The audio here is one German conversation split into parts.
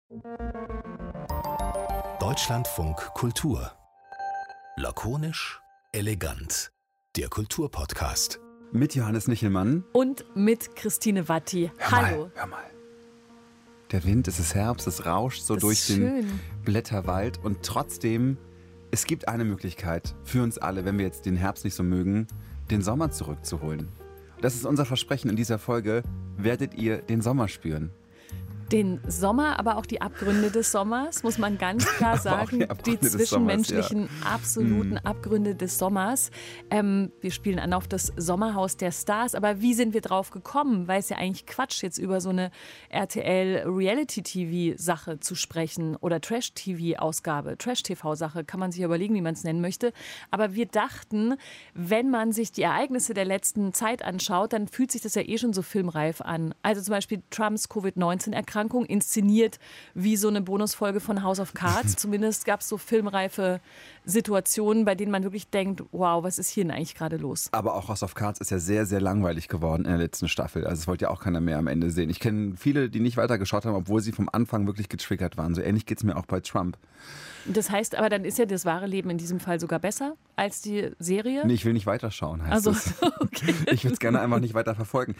Deutschlandfunk Kultur. Lakonisch, elegant. Der Kulturpodcast. Mit Johannes Nichelmann. Und mit Christine Watti. Hallo. Hör mal. Der Wind, es ist Herbst, es rauscht so durch den Blätterwald. Und trotzdem, es gibt eine Möglichkeit für uns alle, wenn wir jetzt den Herbst nicht so mögen, den Sommer zurückzuholen. Das ist unser Versprechen in dieser Folge. Werdet ihr den Sommer spüren? Den Sommer, aber auch die Abgründe des Sommers, muss man ganz klar sagen. Die zwischenmenschlichen absoluten Abgründe des Sommers. Wir spielen an auf das Sommerhaus der Stars. Aber wie sind wir drauf gekommen? Weil es ja eigentlich Quatsch, jetzt über so eine RTL-Reality-TV-Sache zu sprechen oder Trash-TV-Ausgabe, Trash-TV-Sache, kann man sich überlegen, wie man es nennen möchte. Aber wir dachten, wenn man sich die Ereignisse der letzten Zeit anschaut, dann fühlt sich das ja eh schon so filmreif an. Also zum Beispiel Trumps Covid-19-Erkrankung inszeniert wie so eine Bonusfolge von House of Cards. Zumindest gab es so filmreife Situationen, bei denen man wirklich denkt, wow, was ist hier denn eigentlich gerade los? Aber auch House of Cards ist ja sehr, sehr langweilig geworden in der letzten Staffel. Also es wollte ja auch keiner mehr am Ende sehen. Ich kenne viele, die nicht weitergeschaut haben, obwohl sie vom Anfang wirklich getriggert waren. So ähnlich geht es mir auch bei Trump. Das heißt aber, dann ist ja das wahre Leben in diesem Fall sogar besser als die Serie? Nee, ich will nicht weiterschauen, heißt es. Okay. Ich will es gerne einfach nicht weiter verfolgen.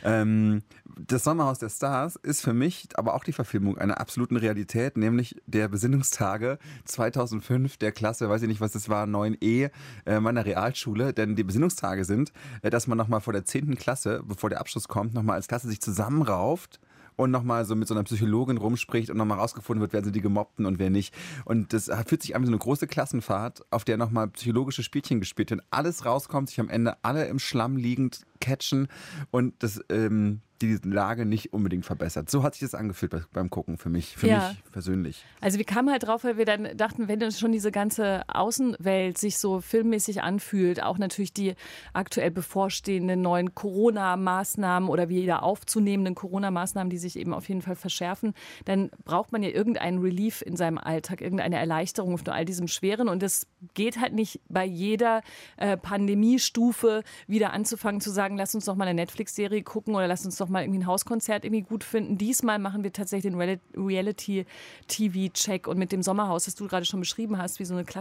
Das Sommerhaus der Stars ist für mich aber auch die Verfilmung einer absoluten Realität, nämlich der Besinnungstage 2005 der Klasse, weiß ich nicht, was das war, 9e meiner Realschule. Denn die Besinnungstage sind, dass man nochmal vor der 10. Klasse, bevor der Abschluss kommt, nochmal als Klasse sich zusammenrauft und nochmal so mit so einer Psychologin rumspricht und nochmal rausgefunden wird, wer sind die Gemobbten und wer nicht. Und das fühlt sich an wie so eine große Klassenfahrt, auf der nochmal psychologische Spielchen gespielt werden. Alles rauskommt, sich am Ende alle im Schlamm liegend catchen und das die Lage nicht unbedingt verbessert. So hat sich das angefühlt beim Gucken für mich persönlich. Also wir kamen halt drauf, weil wir dann dachten, wenn schon diese ganze Außenwelt sich so filmmäßig anfühlt, auch natürlich die aktuell bevorstehenden neuen Corona-Maßnahmen oder wieder aufzunehmenden Corona-Maßnahmen, die sich eben auf jeden Fall verschärfen, dann braucht man ja irgendeinen Relief in seinem Alltag, irgendeine Erleichterung von all diesem Schweren. Und das geht halt nicht bei jeder Pandemiestufe wieder anzufangen zu sagen, lass uns doch mal eine Netflix-Serie gucken oder lass uns doch mal irgendwie ein Hauskonzert irgendwie gut finden. Diesmal machen wir tatsächlich den Reality-TV-Check und mit dem Sommerhaus, das du gerade schon beschrieben hast, wie so eine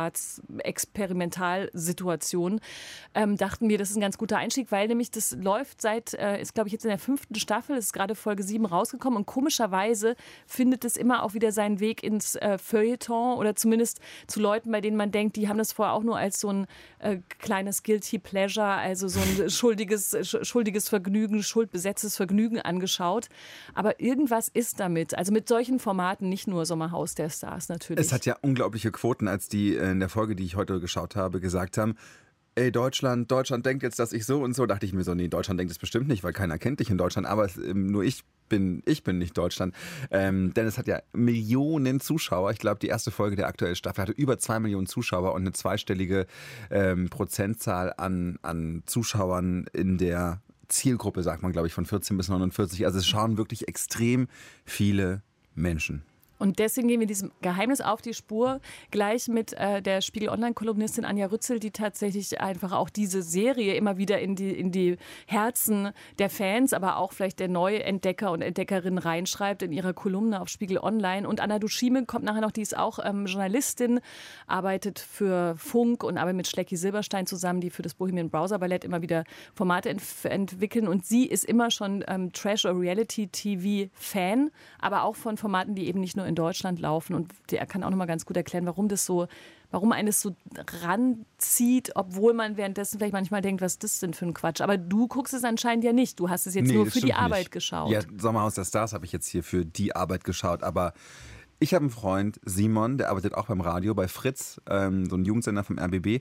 Klassenfahrts-Experimentalsituation, dachten wir, das ist ein ganz guter Einstieg, weil nämlich das läuft ist glaube ich jetzt in der 5. Staffel, ist gerade Folge 7 rausgekommen und komischerweise findet es immer auch wieder seinen Weg ins Feuilleton oder zumindest zu Leuten, bei denen man denkt, die haben das vorher auch nur als so ein kleines Guilty Pleasure, also so ein schuldiges Vergnügen, schuldbesetztes Vergnügen angeschaut. Aber irgendwas ist damit. Also mit solchen Formaten, nicht nur Sommerhaus der Stars natürlich. Es hat ja unglaubliche Quoten, als die in der Folge, die ich heute geschaut habe, gesagt haben, ey, Deutschland denkt jetzt, dass ich so und so. Dachte ich mir so, nee, Deutschland denkt es bestimmt nicht, weil keiner kennt dich in Deutschland. Aber nur ich bin nicht Deutschland. Denn es hat ja Millionen Zuschauer. Ich glaube, die erste Folge der aktuellen Staffel hatte über 2 Millionen Zuschauer und eine zweistellige Prozentzahl an Zuschauern in der Zielgruppe, sagt man, glaube ich, von 14 bis 49. Also es schauen wirklich extrem viele Menschen. Und deswegen gehen wir diesem Geheimnis auf die Spur, gleich mit der Spiegel-Online-Kolumnistin Anja Rützel, die tatsächlich einfach auch diese Serie immer wieder in die Herzen der Fans, aber auch vielleicht der Neuentdecker und Entdeckerinnen reinschreibt in ihrer Kolumne auf Spiegel Online. Und Anna Duschime kommt nachher noch, die ist auch Journalistin, arbeitet für Funk und arbeitet mit Schlecki Silberstein zusammen, die für das Bohemian Browser Ballett immer wieder Formate entwickeln. Und sie ist immer schon Trash- oder Reality-TV-Fan, aber auch von Formaten, die eben nicht nur in Deutschland laufen, und er kann auch noch mal ganz gut erklären, warum einen das so ranzieht, obwohl man währenddessen vielleicht manchmal denkt, was ist das denn für ein Quatsch? Aber du guckst es anscheinend ja nicht. Du hast es jetzt nur für die Arbeit geschaut. Ja, Sommerhaus der Stars habe ich jetzt hier für die Arbeit geschaut, aber ich habe einen Freund, Simon, der arbeitet auch beim Radio, bei Fritz, so ein Jugendsender vom RBB.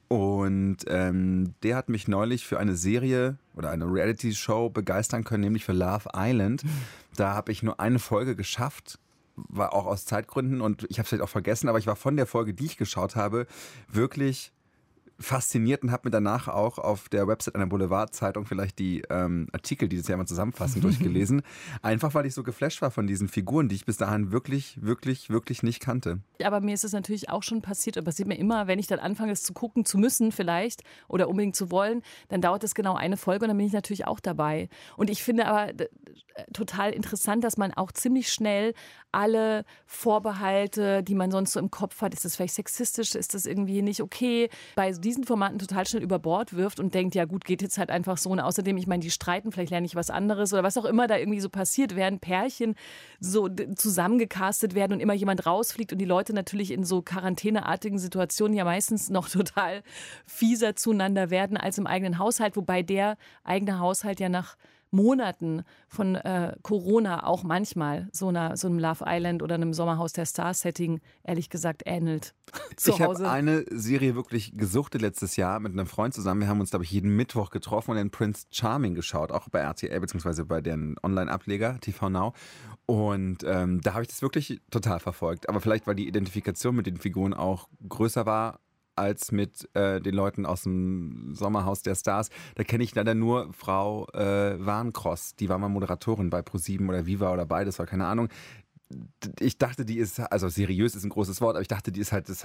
Und der hat mich neulich für eine Serie oder eine Reality-Show begeistern können, nämlich für Love Island. Da habe ich nur eine Folge geschafft, war auch aus Zeitgründen und ich habe es vielleicht auch vergessen, aber ich war von der Folge, die ich geschaut habe, wirklich fasziniert und habe mir danach auch auf der Website einer Boulevardzeitung vielleicht die Artikel dieses Jahr mal zusammenfassend durchgelesen. Einfach, weil ich so geflasht war von diesen Figuren, die ich bis dahin wirklich, wirklich, wirklich nicht kannte. Aber mir ist es natürlich auch schon passiert, und passiert mir immer, wenn ich dann anfange, es zu gucken zu müssen vielleicht oder unbedingt zu wollen, dann dauert es genau eine Folge und dann bin ich natürlich auch dabei. Und ich finde aber total interessant, dass man auch ziemlich schnell alle Vorbehalte, die man sonst so im Kopf hat, ist das vielleicht sexistisch, ist das irgendwie nicht okay, bei diesen Formaten total schnell über Bord wirft und denkt, ja gut, geht jetzt halt einfach so. Und außerdem, ich meine, die streiten, vielleicht lerne ich was anderes oder was auch immer da irgendwie so passiert, während Pärchen so zusammengecastet werden und immer jemand rausfliegt und die Leute natürlich in so quarantäneartigen Situationen ja meistens noch total fieser zueinander werden als im eigenen Haushalt, wobei der eigene Haushalt ja nach Monaten von Corona auch manchmal so einem Love Island oder einem Sommerhaus der Stars-Setting ehrlich gesagt ähnelt. Ich habe eine Serie wirklich gesuchtet letztes Jahr mit einem Freund zusammen. Wir haben uns, glaube ich, jeden Mittwoch getroffen und den Prince Charming geschaut, auch bei RTL bzw. bei deren Online-Ableger TV Now. Und da habe ich das wirklich total verfolgt. Aber vielleicht, weil die Identifikation mit den Figuren auch größer war als mit den Leuten aus dem Sommerhaus der Stars. Da kenne ich leider nur Frau Warncross. Die war mal Moderatorin bei ProSieben oder Viva oder beides, war keine Ahnung. Ich dachte, die ist, also seriös ist ein großes Wort, aber ich dachte, die ist halt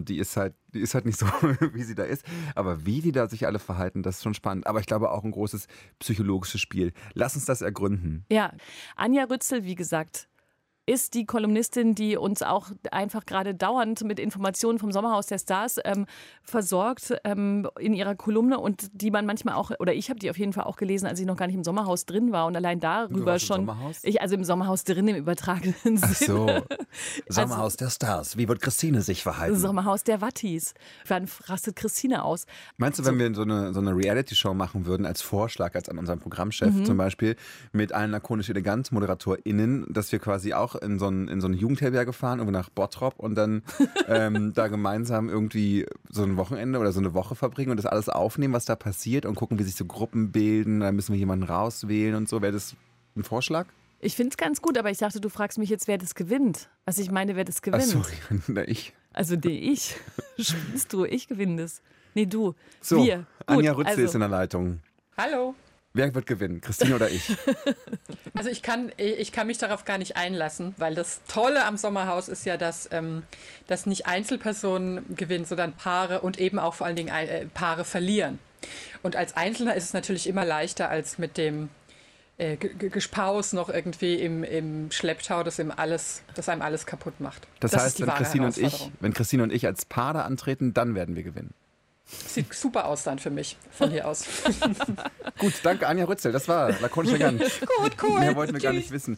nicht so, wie sie da ist. Aber wie die da sich alle verhalten, das ist schon spannend. Aber ich glaube auch ein großes psychologisches Spiel. Lass uns das ergründen. Ja, Anja Rützel, wie gesagt, ist die Kolumnistin, die uns auch einfach gerade dauernd mit Informationen vom Sommerhaus der Stars versorgt in ihrer Kolumne und die man manchmal auch, oder ich habe die auf jeden Fall auch gelesen, als ich noch gar nicht im Sommerhaus drin war und allein darüber schon. Im Sommerhaus? Also im Sommerhaus drin im übertragenen Sinne. Ach so. Sommerhaus der Stars. Wie wird Christine sich verhalten? Sommerhaus der Wattis. Wann rastet Christine aus? Meinst du, wenn wir so eine Reality-Show machen würden, als Vorschlag, als an unseren Programmchef zum Beispiel, mit allen lakonisch elegant ModeratorInnen, dass wir quasi auch in so eine Jugendherberge fahren, irgendwo nach Bottrop und dann da gemeinsam irgendwie so ein Wochenende oder so eine Woche verbringen und das alles aufnehmen, was da passiert und gucken, wie sich so Gruppen bilden, dann müssen wir jemanden rauswählen und so. Wäre das ein Vorschlag? Ich finde es ganz gut, aber ich dachte, du fragst mich jetzt, wer das gewinnt. Also ich meine, wer das gewinnt. Ach so, na ich. Also ich. Spielst du, ich gewinne das. Nee, du. So, wir. Gut, Anja Rützel ist in der Leitung. Hallo. Wer wird gewinnen, Christine oder ich? Also ich kann mich darauf gar nicht einlassen, weil das Tolle am Sommerhaus ist ja, dass nicht Einzelpersonen gewinnen, sondern Paare und eben auch vor allen Dingen Paare verlieren. Und als Einzelner ist es natürlich immer leichter als mit dem Gespaus noch irgendwie im Schlepptau, das einem alles kaputt macht. Das heißt, wenn Christine und ich als Paar da antreten, dann werden wir gewinnen. Sieht super aus dann für mich, von hier aus. Gut, danke Anja Rützel, das war lakonisch elegant. Cool. Mehr wollten wir gar nicht wissen.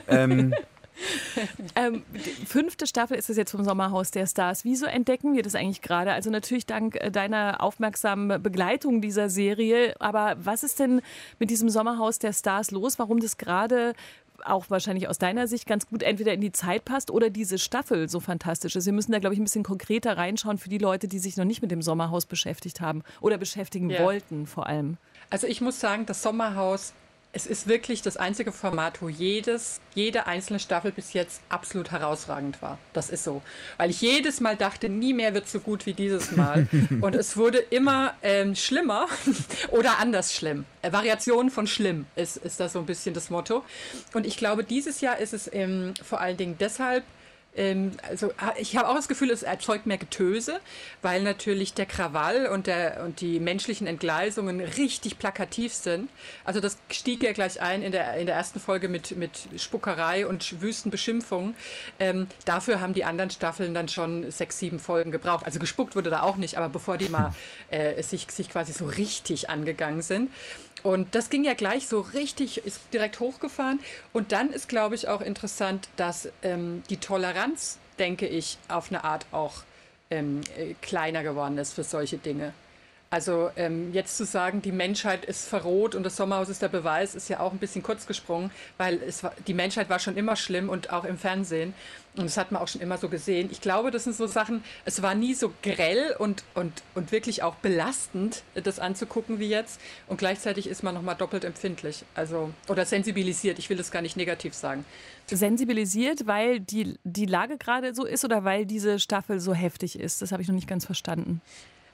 Die 5. Staffel ist es jetzt vom Sommerhaus der Stars. Wieso entdecken wir das eigentlich gerade? Also natürlich dank deiner aufmerksamen Begleitung dieser Serie. Aber was ist denn mit diesem Sommerhaus der Stars los? Warum das gerade auch wahrscheinlich aus deiner Sicht ganz gut entweder in die Zeit passt oder diese Staffel so fantastisch ist. Wir müssen da, glaube ich, ein bisschen konkreter reinschauen für die Leute, die sich noch nicht mit dem Sommerhaus beschäftigt haben oder beschäftigen wollten vor allem. Also ich muss sagen, das Sommerhaus, es ist wirklich das einzige Format, wo jede einzelne Staffel bis jetzt absolut herausragend war. Das ist so. Weil ich jedes Mal dachte, nie mehr wird so gut wie dieses Mal. Und es wurde immer schlimmer oder anders schlimm. Variationen von schlimm ist das so ein bisschen das Motto. Und ich glaube, dieses Jahr ist es vor allen Dingen deshalb, also ich habe auch das Gefühl, es erzeugt mehr Getöse, weil natürlich der Krawall und die menschlichen Entgleisungen richtig plakativ sind. Also das stieg ja gleich ein in der ersten Folge mit Spuckerei und wüsten Beschimpfungen. Dafür haben die anderen Staffeln dann schon 6, 7 Folgen gebraucht. Also gespuckt wurde da auch nicht, aber bevor die mal sich quasi so richtig angegangen sind. Und das ging ja gleich so richtig, ist direkt hochgefahren. Und dann ist, glaube ich, auch interessant, dass die Toleranz, denke ich, auf eine Art auch kleiner geworden ist für solche Dinge. Also jetzt zu sagen, die Menschheit ist verroht und das Sommerhaus ist der Beweis, ist ja auch ein bisschen kurz gesprungen, weil die Menschheit war schon immer schlimm und auch im Fernsehen. Und das hat man auch schon immer so gesehen. Ich glaube, das sind so Sachen, es war nie so grell und wirklich auch belastend, das anzugucken wie jetzt. Und gleichzeitig ist man nochmal doppelt empfindlich. Also, oder sensibilisiert, ich will das gar nicht negativ sagen. Sensibilisiert, weil die Lage gerade so ist oder weil diese Staffel so heftig ist? Das habe ich noch nicht ganz verstanden.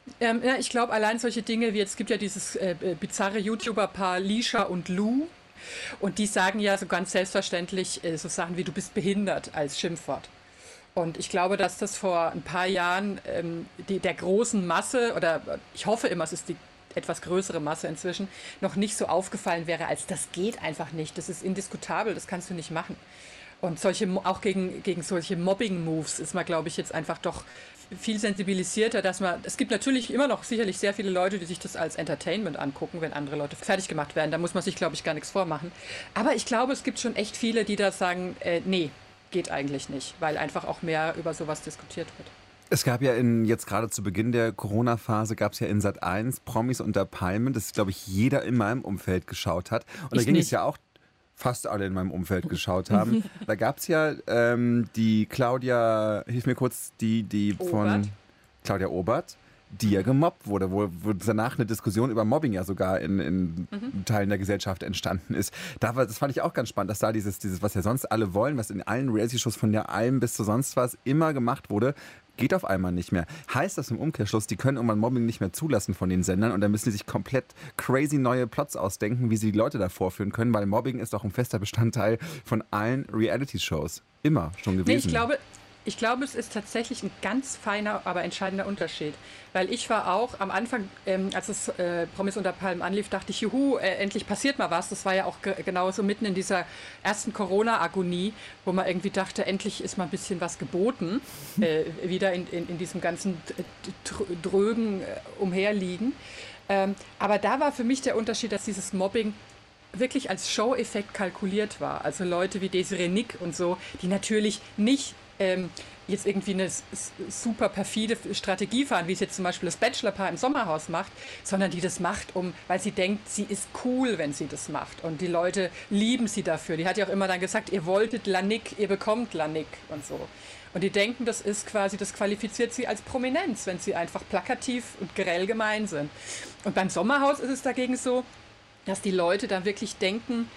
Ja, ich glaube, allein solche Dinge wie, jetzt gibt ja dieses bizarre YouTuber-Paar Lisha und Lou. Und die sagen ja so ganz selbstverständlich so Sachen wie, du bist behindert als Schimpfwort. Und ich glaube, dass das vor ein paar Jahren der großen Masse, oder ich hoffe immer, es ist die etwas größere Masse inzwischen, noch nicht so aufgefallen wäre, als das geht einfach nicht. Das ist indiskutabel, das kannst du nicht machen. Und auch gegen solche Mobbing-Moves ist man, glaube ich, jetzt einfach doch viel sensibilisierter, es gibt natürlich immer noch sicherlich sehr viele Leute, die sich das als Entertainment angucken, wenn andere Leute fertig gemacht werden. Da muss man sich, glaube ich, gar nichts vormachen. Aber ich glaube, es gibt schon echt viele, die da sagen, nee, geht eigentlich nicht, weil einfach auch mehr über sowas diskutiert wird. Es gab ja jetzt gerade zu Beginn der Corona-Phase, gab es ja in Sat.1 Promis unter Palmen, das, glaube ich, jeder in meinem Umfeld geschaut hat. Und da ging es ja auch, fast alle in meinem Umfeld geschaut haben. Da gab es ja die Claudia, hilf mir kurz, die von Claudia Obert, die ja gemobbt wurde, wo danach eine Diskussion über Mobbing ja sogar in Teilen der Gesellschaft entstanden ist. Das fand ich auch ganz spannend, dass da dieses, was ja sonst alle wollen, was in allen Reality-Shows von der Alm bis zu sonst was immer gemacht wurde, geht auf einmal nicht mehr. Heißt das im Umkehrschluss, die können irgendwann Mobbing nicht mehr zulassen von den Sendern und dann müssen die sich komplett crazy neue Plots ausdenken, wie sie die Leute da vorführen können, weil Mobbing ist doch ein fester Bestandteil von allen Reality-Shows. Immer schon gewesen. Nee, ich glaube, es ist tatsächlich ein ganz feiner, aber entscheidender Unterschied. Weil ich war auch am Anfang, als es Promis unter Palmen anlief, dachte ich, juhu, endlich passiert mal was. Das war ja auch genauso mitten in dieser ersten Corona-Agonie, wo man irgendwie dachte, endlich ist mal ein bisschen was geboten, wieder in diesem ganzen drögen Umherliegen. Aber da war für mich der Unterschied, dass dieses Mobbing wirklich als Show-Effekt kalkuliert war. Also Leute wie Desiree Nick und so, die natürlich nicht jetzt irgendwie eine super perfide Strategie fahren, wie es jetzt zum Beispiel das Bachelor-Paar im Sommerhaus macht, sondern die das macht, weil sie denkt, sie ist cool, wenn sie das macht. Und die Leute lieben sie dafür. Die hat ja auch immer dann gesagt, ihr wolltet Lanik, ihr bekommt Lanik und so. Und die denken, das qualifiziert sie als Prominenz, wenn sie einfach plakativ und grell gemein sind. Und beim Sommerhaus ist es dagegen so, dass die Leute dann wirklich denken,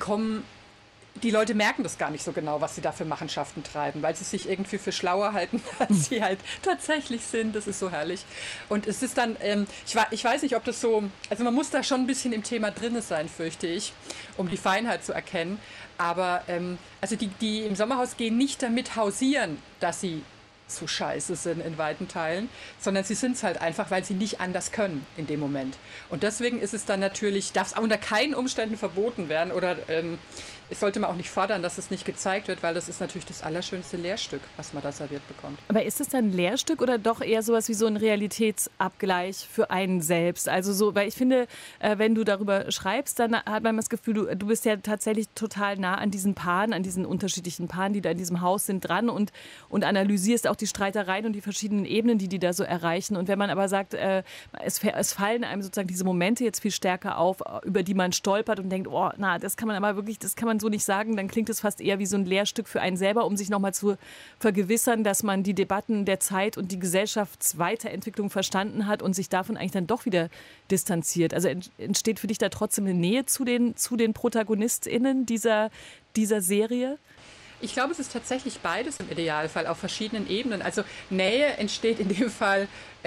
die Leute merken das gar nicht so genau, was sie da für Machenschaften treiben, weil sie sich irgendwie für schlauer halten, als sie halt tatsächlich sind. Das ist so herrlich. Und es ist dann, ich weiß nicht, ob das so, also man muss da schon ein bisschen im Thema drin sein, fürchte ich, um die Feinheit zu erkennen. Aber also die im Sommerhaus gehen nicht damit hausieren, dass sie so scheiße sind in weiten Teilen, sondern sie sind es halt einfach, weil sie nicht anders können in dem Moment. Und deswegen ist es dann natürlich, darf es unter keinen Umständen verboten werden oder es sollte man auch nicht fordern, dass es nicht gezeigt wird, weil das ist natürlich das allerschönste Lehrstück, was man da serviert bekommt. Aber ist es dann ein Lehrstück oder doch eher sowas wie so ein Realitätsabgleich für einen selbst? Also so, weil ich finde, wenn du darüber schreibst, dann hat man das Gefühl, du bist ja tatsächlich total nah an diesen Paaren, an diesen unterschiedlichen Paaren, die da in diesem Haus sind, dran und analysierst auch die Streitereien und die verschiedenen Ebenen, die da so erreichen. Und wenn man aber sagt, es fallen einem sozusagen diese Momente jetzt viel stärker auf, über die man stolpert und denkt, oh, na, das kann man aber wirklich, das kann man so nicht sagen, dann klingt es fast eher wie so ein Lehrstück für einen selber, um sich nochmal zu vergewissern, dass man die Debatten der Zeit und die Gesellschaftsweiterentwicklung verstanden hat und sich davon eigentlich dann doch wieder distanziert. Also entsteht für dich da trotzdem eine Nähe zu den ProtagonistInnen dieser Serie? Ich glaube, es ist tatsächlich beides im Idealfall auf verschiedenen Ebenen. Also Nähe entsteht in dem Fall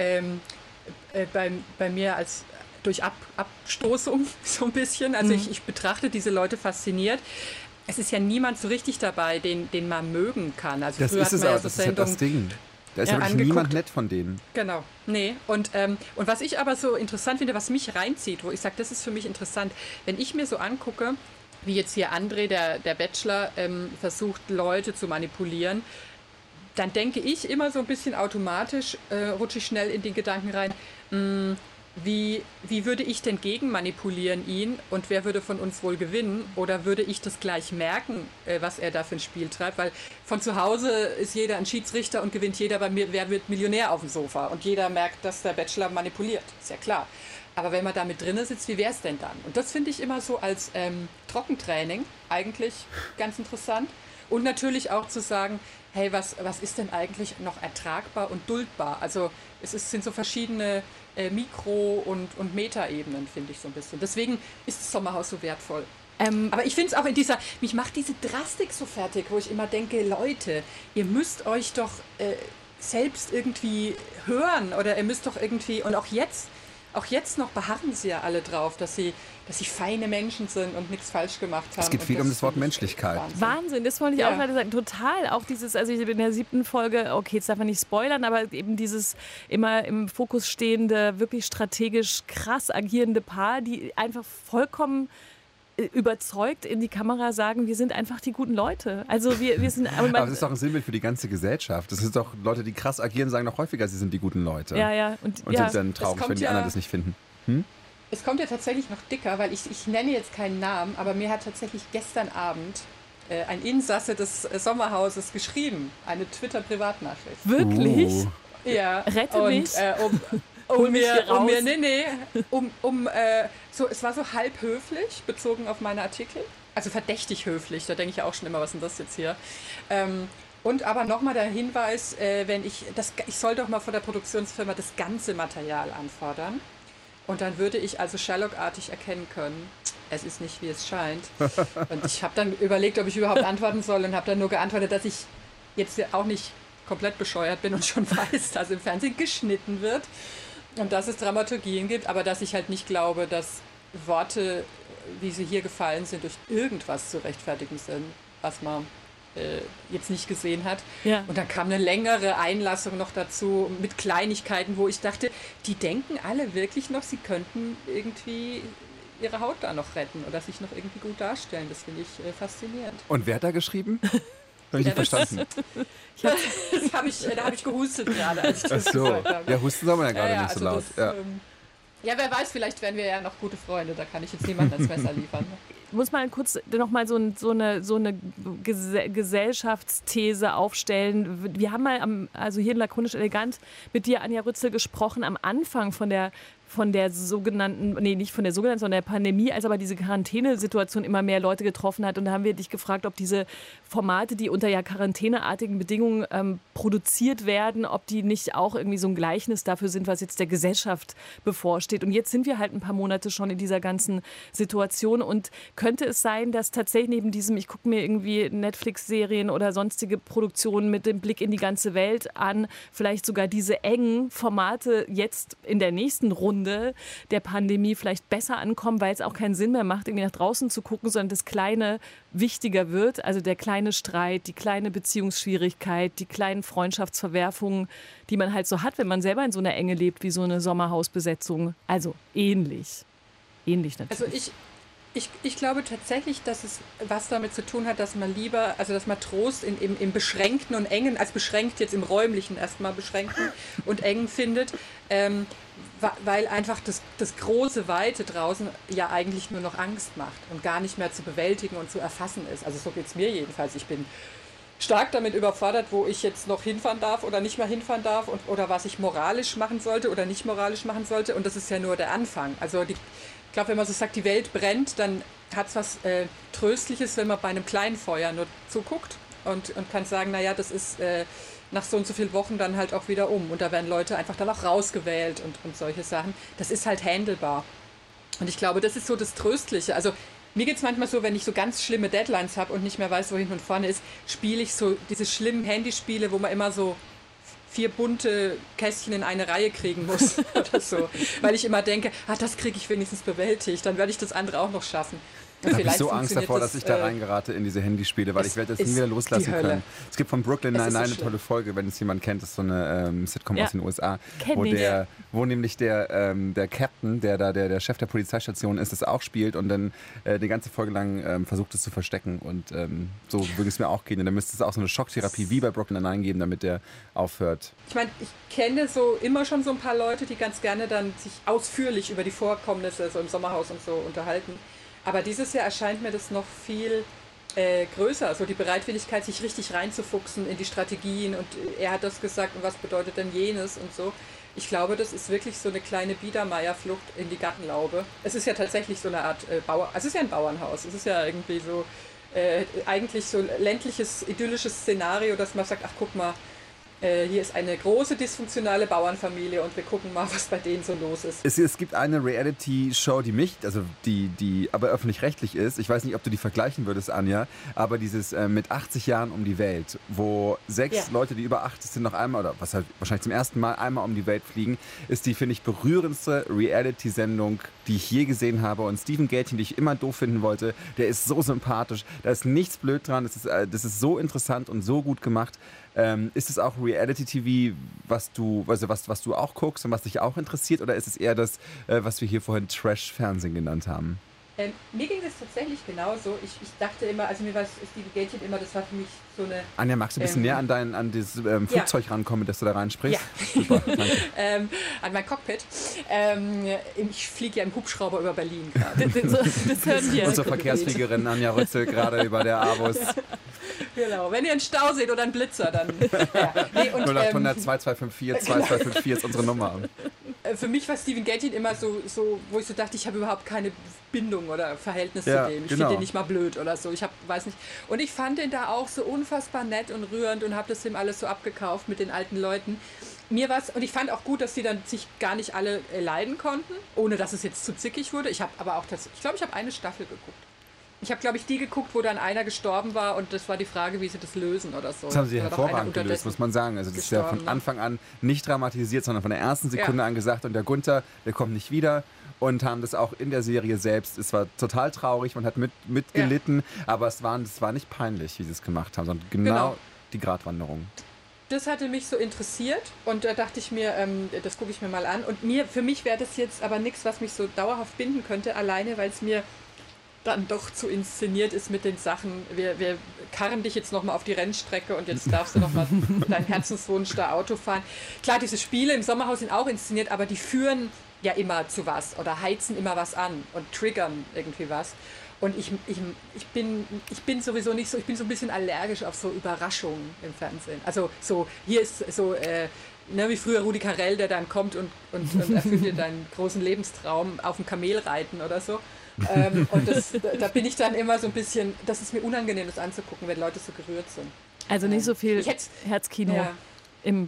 bei mir als durch Abstoßung so ein bisschen. Also ich betrachte diese Leute fasziniert. Es ist ja niemand so richtig dabei, den man mögen kann. Also das ist es auch, das ist halt das Ding. Da ist ja wirklich niemand nett von denen. Genau, nee. Und was ich aber so interessant finde, was mich reinzieht, wo ich sage, das ist für mich interessant, wenn ich mir so angucke, wie jetzt hier André, der Bachelor, versucht, Leute zu manipulieren, dann denke ich immer so ein bisschen automatisch, rutsche ich schnell in den Gedanken rein, wie würde ich denn gegen manipulieren ihn und wer würde von uns wohl gewinnen? Oder würde ich das gleich merken, was er da für ein Spiel treibt? Weil von zu Hause ist jeder ein Schiedsrichter und gewinnt jeder bei mir, wer wird Millionär auf dem Sofa? Und jeder merkt, dass der Bachelor manipuliert. Ist ja klar. Aber wenn man da mit drin sitzt, wie wäre es denn dann? Und das finde ich immer so als Trockentraining eigentlich ganz interessant. Und natürlich auch zu sagen, hey, was ist denn eigentlich noch ertragbar und duldbar? Also sind so verschiedene Mikro- und Meta-Ebenen, finde ich so ein bisschen. Deswegen ist das Sommerhaus so wertvoll. Aber ich finde es auch mich macht diese Drastik so fertig, wo ich immer denke, Leute, ihr müsst euch doch selbst irgendwie hören oder ihr müsst doch irgendwie, und auch jetzt noch beharren sie ja alle drauf, dass sie feine Menschen sind und nichts falsch gemacht haben. Es geht viel um das Wort Menschlichkeit. Wahnsinn, das wollte ich auch gerade sagen. Total. Auch dieses, also in der 7. Folge, okay, jetzt darf man nicht spoilern, aber eben dieses immer im Fokus stehende, wirklich strategisch krass agierende Paar, die einfach vollkommen überzeugt in die Kamera sagen, wir sind einfach die guten Leute. Also wir sind. Aber das ist doch ein Sinnbild für die ganze Gesellschaft. Das ist doch Leute, die krass agieren, sagen noch häufiger, sie sind die guten Leute. Ja. Und sind dann traurig, wenn die anderen das nicht finden. Es kommt ja tatsächlich noch dicker, weil ich nenne jetzt keinen Namen, aber mir hat tatsächlich gestern Abend ein Insasse des Sommerhauses geschrieben. Eine Twitter-Privatnachricht. Wirklich? Ja. Rette mich. Es war so halb höflich, bezogen auf meine Artikel. Also verdächtig höflich, da denke ich ja auch schon immer, was ist denn das jetzt hier? Und aber nochmal der Hinweis, ich soll doch mal von der Produktionsfirma das ganze Material anfordern. Und dann würde ich also Sherlock-artig erkennen können, es ist nicht, wie es scheint. Und ich habe dann überlegt, ob ich überhaupt antworten soll und habe dann nur geantwortet, dass ich jetzt auch nicht komplett bescheuert bin und schon weiß, dass im Fernsehen geschnitten wird und dass es Dramaturgien gibt, aber dass ich halt nicht glaube, dass Worte, wie sie hier gefallen sind, durch irgendwas zu rechtfertigen sind, was man jetzt nicht gesehen hat. Ja. Und dann kam eine längere Einlassung noch dazu mit Kleinigkeiten, wo ich dachte, die denken alle wirklich noch, sie könnten irgendwie ihre Haut da noch retten oder sich noch irgendwie gut darstellen. Das finde ich faszinierend. Und wer hat da geschrieben? Habe ich nicht verstanden. Da habe ich gehustet gerade, als ich das Ach so. gesagt habe. Ja, husten soll man ja gerade nicht so laut. Ja, wer weiß, vielleicht werden wir ja noch gute Freunde. Da kann ich jetzt niemanden ans Messer liefern. Ich muss mal kurz noch mal so eine Gesellschaftsthese aufstellen. Wir haben mal also hier in Lakonisch Elegant mit dir, Anja Rützel, gesprochen am Anfang von der sogenannten, nicht von der sogenannten, sondern der Pandemie, als aber diese Quarantänesituation immer mehr Leute getroffen hat. Und da haben wir dich gefragt, ob diese Formate, die unter ja quarantäneartigen Bedingungen produziert werden, ob die nicht auch irgendwie so ein Gleichnis dafür sind, was jetzt der Gesellschaft bevorsteht. Und jetzt sind wir halt ein paar Monate schon in dieser ganzen Situation. Und könnte es sein, dass tatsächlich neben diesem, ich gucke mir irgendwie Netflix-Serien oder sonstige Produktionen mit dem Blick in die ganze Welt an, vielleicht sogar diese engen Formate jetzt in der nächsten Runde der Pandemie vielleicht besser ankommen, weil es auch keinen Sinn mehr macht, irgendwie nach draußen zu gucken, sondern das Kleine wichtiger wird. Also der kleine Streit, die kleine Beziehungsschwierigkeit, die kleinen Freundschaftsverwerfungen, die man halt so hat, wenn man selber in so einer Enge lebt, wie so eine Sommerhausbesetzung. Also ähnlich. Ähnlich natürlich. Also ich glaube tatsächlich, dass es was damit zu tun hat, dass man Trost im Beschränkten und Engen, als beschränkt jetzt im Räumlichen erstmal beschränkten und Engen findet, weil einfach das große Weite draußen ja eigentlich nur noch Angst macht und gar nicht mehr zu bewältigen und zu erfassen ist. Also so geht es mir jedenfalls. Ich bin stark damit überfordert, wo ich jetzt noch hinfahren darf oder nicht mehr hinfahren darf oder was ich moralisch machen sollte oder nicht moralisch machen sollte. Und das ist ja nur der Anfang. Also ich glaube, wenn man so sagt, die Welt brennt, dann hat es was Tröstliches, wenn man bei einem kleinen Feuer nur zuguckt und kann sagen, naja, das ist nach so und so vielen Wochen dann halt auch wieder um. Und da werden Leute einfach dann auch rausgewählt und solche Sachen. Das ist halt handelbar. Und ich glaube, das ist so das Tröstliche. Also mir geht es manchmal so, wenn ich so ganz schlimme Deadlines habe und nicht mehr weiß, wo hinten und vorne ist, spiele ich so diese schlimmen Handyspiele, wo man immer so 4 bunte Kästchen in eine Reihe kriegen muss oder so. Weil ich immer denke, das kriege ich wenigstens bewältigt, dann werde ich das andere auch noch schaffen. Da habe ich so Angst davor, dass ich da reingerate in diese Handyspiele, weil ich werde das nie wieder loslassen können. Es gibt von Brooklyn Nine-Nine eine tolle Folge, wenn es jemand kennt, das ist so eine Sitcom aus den USA, wo nämlich der Captain, der Chef der Polizeistation ist, das auch spielt und dann die ganze Folge lang versucht es zu verstecken und so würde es mir auch gehen. Und dann müsste es auch so eine Schocktherapie wie bei Brooklyn Nine-Nine geben, damit der aufhört. Ich meine, ich kenne so immer schon so ein paar Leute, die ganz gerne dann sich ausführlich über die Vorkommnisse so im Sommerhaus und so unterhalten. Aber dieses Jahr erscheint mir das noch viel größer, also die Bereitwilligkeit, sich richtig reinzufuchsen in die Strategien und er hat das gesagt und was bedeutet denn jenes und so. Ich glaube, das ist wirklich so eine kleine Biedermeierflucht in die Gartenlaube. Es ist ja tatsächlich so eine Art es ist ja ein Bauernhaus, es ist ja irgendwie so eigentlich so ländliches, idyllisches Szenario, dass man sagt, ach guck mal, hier ist eine große dysfunktionale Bauernfamilie und wir gucken mal, was bei denen so los ist. Es gibt eine Reality-Show, die aber öffentlich-rechtlich ist. Ich weiß nicht, ob du die vergleichen würdest, Anja, aber dieses mit 80 Jahren um die Welt, wo 6 Leute, die über 80 sind, noch einmal, oder was halt wahrscheinlich zum ersten Mal einmal um die Welt fliegen, ist die, finde ich, berührendste Reality-Sendung, die ich je gesehen habe. Und Steven Gätchen, die ich immer doof finden wollte, der ist so sympathisch, da ist nichts blöd dran, das ist so interessant und so gut gemacht. Ist es auch Reality-TV, was du auch guckst und was dich auch interessiert, oder ist es eher das, was wir hier vorhin Trash-Fernsehen genannt haben? Mir ging das tatsächlich genauso. Ich dachte immer, also mir war Steven Gätchen immer, das war für mich so eine... Anja, magst du ein bisschen näher an dieses Flugzeug rankommen, dass du da reinsprichst? Ja. Super, danke. An mein Cockpit. Ich fliege ja im Hubschrauber über Berlin gerade. Das hören wir. Unsere Verkehrsfliegerin Anja Rützel gerade über der Avus. Genau, wenn ihr einen Stau seht oder einen Blitzer, dann... Ja. Nee, 0800 2254 2254 ist unsere Nummer. Für mich war Steven Gätchen immer so, wo ich so dachte, ich habe überhaupt keine Bindung oder Verhältnis zu dem. Ich finde den nicht mal blöd oder so. Weiß nicht. Und ich fand den da auch so unfassbar nett und rührend und habe das dem alles so abgekauft mit den alten Leuten. Und ich fand auch gut, dass die dann sich gar nicht alle leiden konnten, ohne dass es jetzt zu zickig wurde. Ich glaube, ich habe eine Staffel geguckt. Ich habe, glaube ich, die geguckt, wo dann einer gestorben war und das war die Frage, wie sie das lösen oder so. Das haben sie hervorragend gelöst, muss man sagen. Also das ist ja von Anfang an nicht dramatisiert, sondern von der ersten Sekunde an gesagt. Und der Gunther, der kommt nicht wieder. Und haben das auch in der Serie selbst. Es war total traurig, man hat mitgelitten, aber es war nicht peinlich, wie sie es gemacht haben, sondern genau die Gratwanderung. Das hatte mich so interessiert und da dachte ich mir, das gucke ich mir mal an. Und für mich wäre das jetzt aber nichts, was mich so dauerhaft binden könnte, alleine, weil es mir dann doch zu inszeniert ist mit den Sachen. Wir karren dich jetzt nochmal auf die Rennstrecke und jetzt darfst du nochmal deinen Herzenswunsch da Auto fahren. Klar, diese Spiele im Sommerhaus sind auch inszeniert, aber die führen ja immer zu was oder heizen immer was an und triggern irgendwie was. Und ich bin sowieso nicht so, ich bin so ein bisschen allergisch auf so Überraschungen im Fernsehen. Also so, hier ist so, wie früher Rudi Carrell, der dann kommt und erfüllt dir deinen großen Lebenstraum auf dem Kamel reiten oder so. Und da bin ich dann immer so ein bisschen, das ist mir unangenehm, das anzugucken, wenn Leute so gerührt sind. Also nicht so viel Herzkino im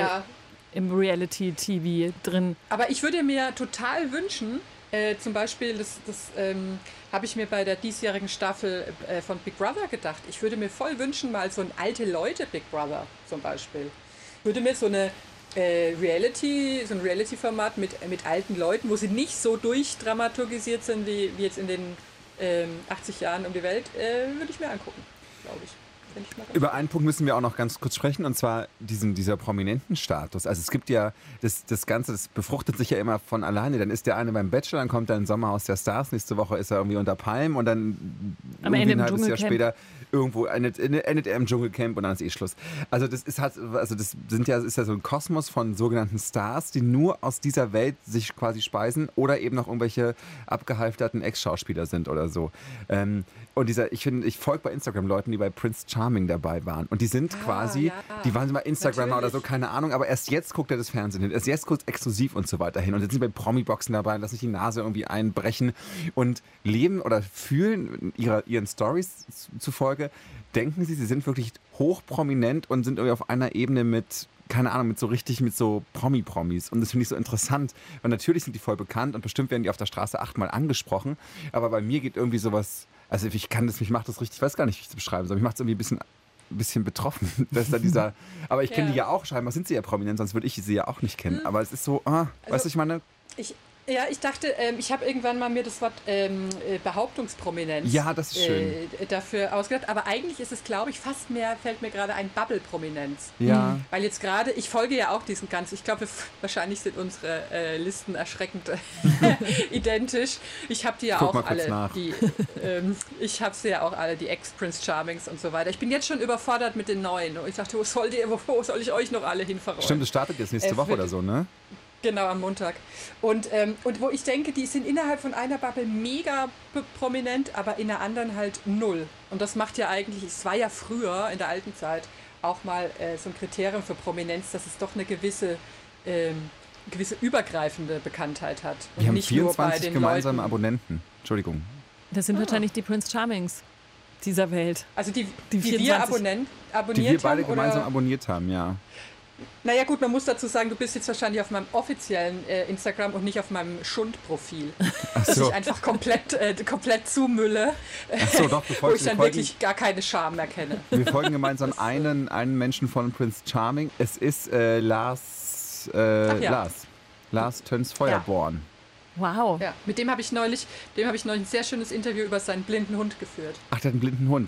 Reality-TV drin. Aber ich würde mir total wünschen, zum Beispiel, das habe ich mir bei der diesjährigen Staffel von Big Brother gedacht, ich würde mir voll wünschen, mal so ein alte Leute Big Brother zum Beispiel. Ich würde mir so ein Reality-Format mit alten Leuten, wo sie nicht so durchdramaturgisiert sind wie jetzt in den 80 Jahren um die Welt, würde ich mir angucken, glaube ich. Über einen Punkt müssen wir auch noch ganz kurz sprechen, und zwar dieser prominenten Status. Also es gibt ja, das Ganze, das befruchtet sich ja immer von alleine. Dann ist der eine beim Bachelor, dann kommt er in Sommerhaus der Stars, nächste Woche ist er irgendwie unter Palmen und dann am Ende ein halbes Jahr später irgendwo endet er im Dschungelcamp und dann ist Schluss. Also das ist ja so ein Kosmos von sogenannten Stars, die nur aus dieser Welt sich quasi speisen oder eben noch irgendwelche abgehalfterten Ex-Schauspieler sind oder so. Und ich folge bei Instagram Leuten, die bei Prince Charming dabei waren. Und die sind die waren mal Instagrammer oder so, keine Ahnung, aber erst jetzt guckt er das Fernsehen hin, erst jetzt guckt exklusiv und so weiter hin. Und jetzt sind wir bei Promi-Boxen dabei, lassen sich die Nase irgendwie einbrechen und leben oder fühlen ihren Stories zufolge, denken sie sind wirklich hochprominent und sind irgendwie auf einer Ebene mit, keine Ahnung, mit so Promis. Und das finde ich so interessant, weil natürlich sind die voll bekannt und bestimmt werden die auf der Straße 8-mal angesprochen, aber bei mir geht irgendwie sowas, also mich macht das richtig, ich weiß gar nicht, wie ich es beschreiben soll, mich macht es irgendwie ein bisschen betroffen, dass da aber ich kenne die ja auch, scheinbar sind sie ja prominent, sonst würde ich sie ja auch nicht kennen, aber es ist so, weißt du, ich meine... Ich dachte, ich habe irgendwann mal mir das Wort Behauptungsprominenz das ist schön. Dafür ausgedacht. Aber eigentlich ist es, glaube ich, fast mehr, fällt mir gerade ein Bubble-Prominenz. Ja. Weil jetzt gerade, ich folge ja auch diesen ganzen, ich glaube, wahrscheinlich sind unsere Listen erschreckend identisch. Ich habe die ja auch alle, ich habe sie ja auch alle, die Ex-Prince Charmings und so weiter. Ich bin jetzt schon überfordert mit den neuen. Und ich dachte, wo soll ich euch noch alle hinverrollen? Stimmt, das startet jetzt nächste Woche oder so, ne? Genau, am Montag. Und wo ich denke, die sind innerhalb von einer Bubble mega prominent, aber in der anderen halt null. Und das macht ja eigentlich, es war ja früher, in der alten Zeit, auch mal so ein Kriterium für Prominenz, dass es doch eine gewisse übergreifende Bekanntheit hat. Und wir haben nicht 24 nur bei den gemeinsame Leuten. Abonnenten. Entschuldigung. Das sind wahrscheinlich die Prince Charmings dieser Welt. Also die 24. wir abonniert haben? Die wir beide gemeinsam abonniert haben, ja. Naja gut, man muss dazu sagen, du bist jetzt wahrscheinlich auf meinem offiziellen Instagram und nicht auf meinem Schundprofil. Ach Das so. ich einfach komplett zumülle, Ach so, doch, wo ich dann wirklich gar keine Scham mehr kenne. Wir folgen gemeinsam einen Menschen von Prince Charming. Es ist Lars Töns Feuerborn. Wow. Ja, mit dem habe ich neulich ein sehr schönes Interview über seinen blinden Hund geführt. Ach, der hat einen blinden Hund.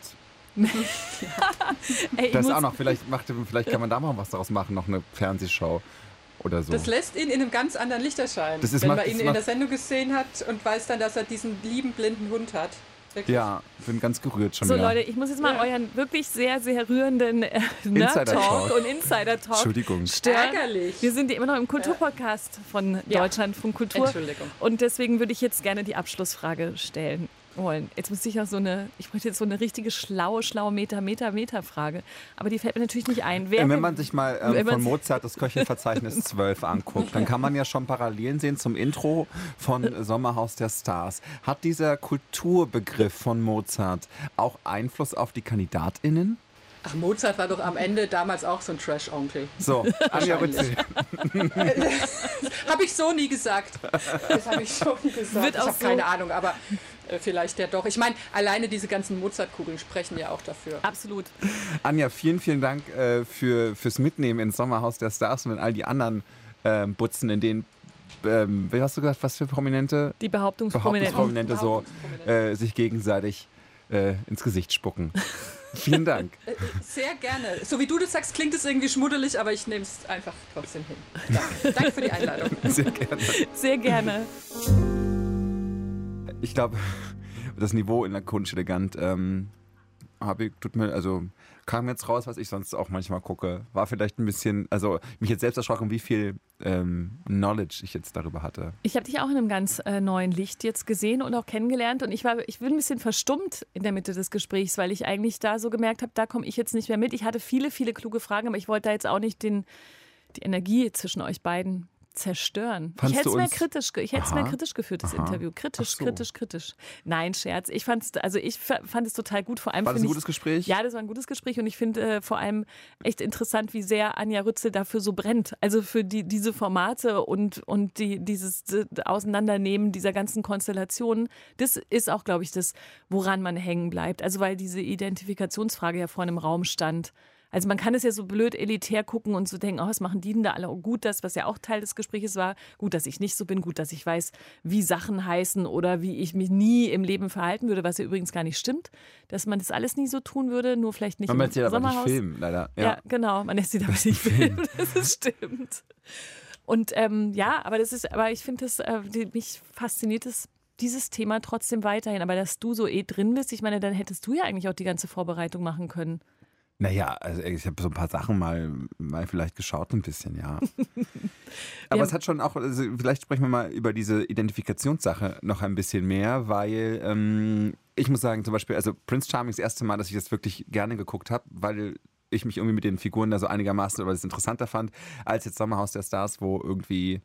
Ey, Das ist auch noch, vielleicht kann man da mal was daraus machen, noch eine Fernsehshow oder so. Das lässt ihn in einem ganz anderen Licht erscheinen, Das ist- wenn macht- man ihn das in macht- der Sendung gesehen hat und weiß dann, dass er diesen lieben blinden Hund hat. Wirklich. Ja, bin ganz gerührt schon So wieder. Leute, ich muss jetzt mal euren wirklich sehr, sehr rührenden Insider-Talk. Nerd-Talk und Insider-Talk Entschuldigung. stören. Ärgerlich. Wir sind ja immer noch im Kulturpodcast von Ja. Deutschlandfunk Kultur. Entschuldigung. Und deswegen würde ich jetzt gerne die Abschlussfrage stellen wollen. Jetzt müsste ich auch ich bräuchte jetzt so eine richtige schlaue Meta-Frage. Aber die fällt mir natürlich nicht ein. Wenn man sich mal wenn man von sich- Mozart das Köchelverzeichnis 12 anguckt, dann kann man ja schon Parallelen sehen zum Intro von Sommerhaus der Stars. Hat dieser Kulturbegriff von Mozart auch Einfluss auf die KandidatInnen? Ach, Mozart war doch am Ende damals auch so ein Trash-Onkel. So, Anja Rützel. Habe ich so nie gesagt. Das habe ich so nie gesagt. Wird Ich auch habe so- keine Ahnung, aber vielleicht ja doch. Ich meine, alleine diese ganzen Mozartkugeln sprechen ja auch dafür. Absolut. Anja, vielen, vielen Dank fürs Mitnehmen ins Sommerhaus der Stars und in all die anderen Butzen, in denen, wie hast du gesagt, was für Prominente? Die Behauptungsprominenten. Behauptungsprominente so sich gegenseitig ins Gesicht spucken. Vielen Dank. Sehr gerne. So wie du das sagst, klingt es irgendwie schmuddelig, aber ich nehme es einfach trotzdem hin. Danke für die Einladung. Sehr gerne. Sehr gerne. Ich glaube, das Niveau in der Kunst elegant kam jetzt raus, was ich sonst auch manchmal gucke. War vielleicht ein bisschen, also mich jetzt selbst erschrocken, wie viel Knowledge ich jetzt darüber hatte. Ich habe dich auch in einem ganz neuen Licht jetzt gesehen und auch kennengelernt. Und ich bin ein bisschen verstummt in der Mitte des Gesprächs, weil ich eigentlich da so gemerkt habe, da komme ich jetzt nicht mehr mit. Ich hatte viele, viele kluge Fragen, aber ich wollte da jetzt auch nicht die Energie zwischen euch beiden zerstören. Fandst Ich hätte du es uns- mehr kritisch geführt, das Aha. Interview. Kritisch, Ach so. kritisch. Nein, Scherz. Ich fand es total gut. Vor allem War das ein finde ich- gutes Gespräch? Ja, das war ein gutes Gespräch und ich finde vor allem echt interessant, wie sehr Anja Rützel dafür so brennt. Also für diese Formate und dieses Auseinandernehmen dieser ganzen Konstellationen. Das ist auch, glaube ich, das, woran man hängen bleibt. Also weil diese Identifikationsfrage ja vorhin im Raum stand. Also man kann es ja so blöd elitär gucken und so denken, oh, was machen die denn da alle? Oh, gut, was ja auch Teil des Gesprächs war. Gut, dass ich nicht so bin. Gut, dass ich weiß, wie Sachen heißen oder wie ich mich nie im Leben verhalten würde, was ja übrigens gar nicht stimmt. Dass man das alles nie so tun würde, nur vielleicht nicht Man im lässt sie aber nicht Sommerhaus. filmen, leider. Ja, genau, man lässt sie dabei nicht filmen. Das stimmt. Und aber ich finde mich fasziniert dieses Thema trotzdem weiterhin. Aber dass du so drin bist, ich meine, dann hättest du ja eigentlich auch die ganze Vorbereitung machen können. Naja, also ich habe so ein paar Sachen mal vielleicht geschaut, ein bisschen, ja. Aber es hat schon auch, also vielleicht sprechen wir mal über diese Identifikationssache noch ein bisschen mehr, weil ich muss sagen, zum Beispiel, also Prince Charming das erste Mal, dass ich das wirklich gerne geguckt habe, weil ich mich irgendwie mit den Figuren da so einigermaßen oder das interessanter fand, als jetzt Sommerhaus der Stars, wo irgendwie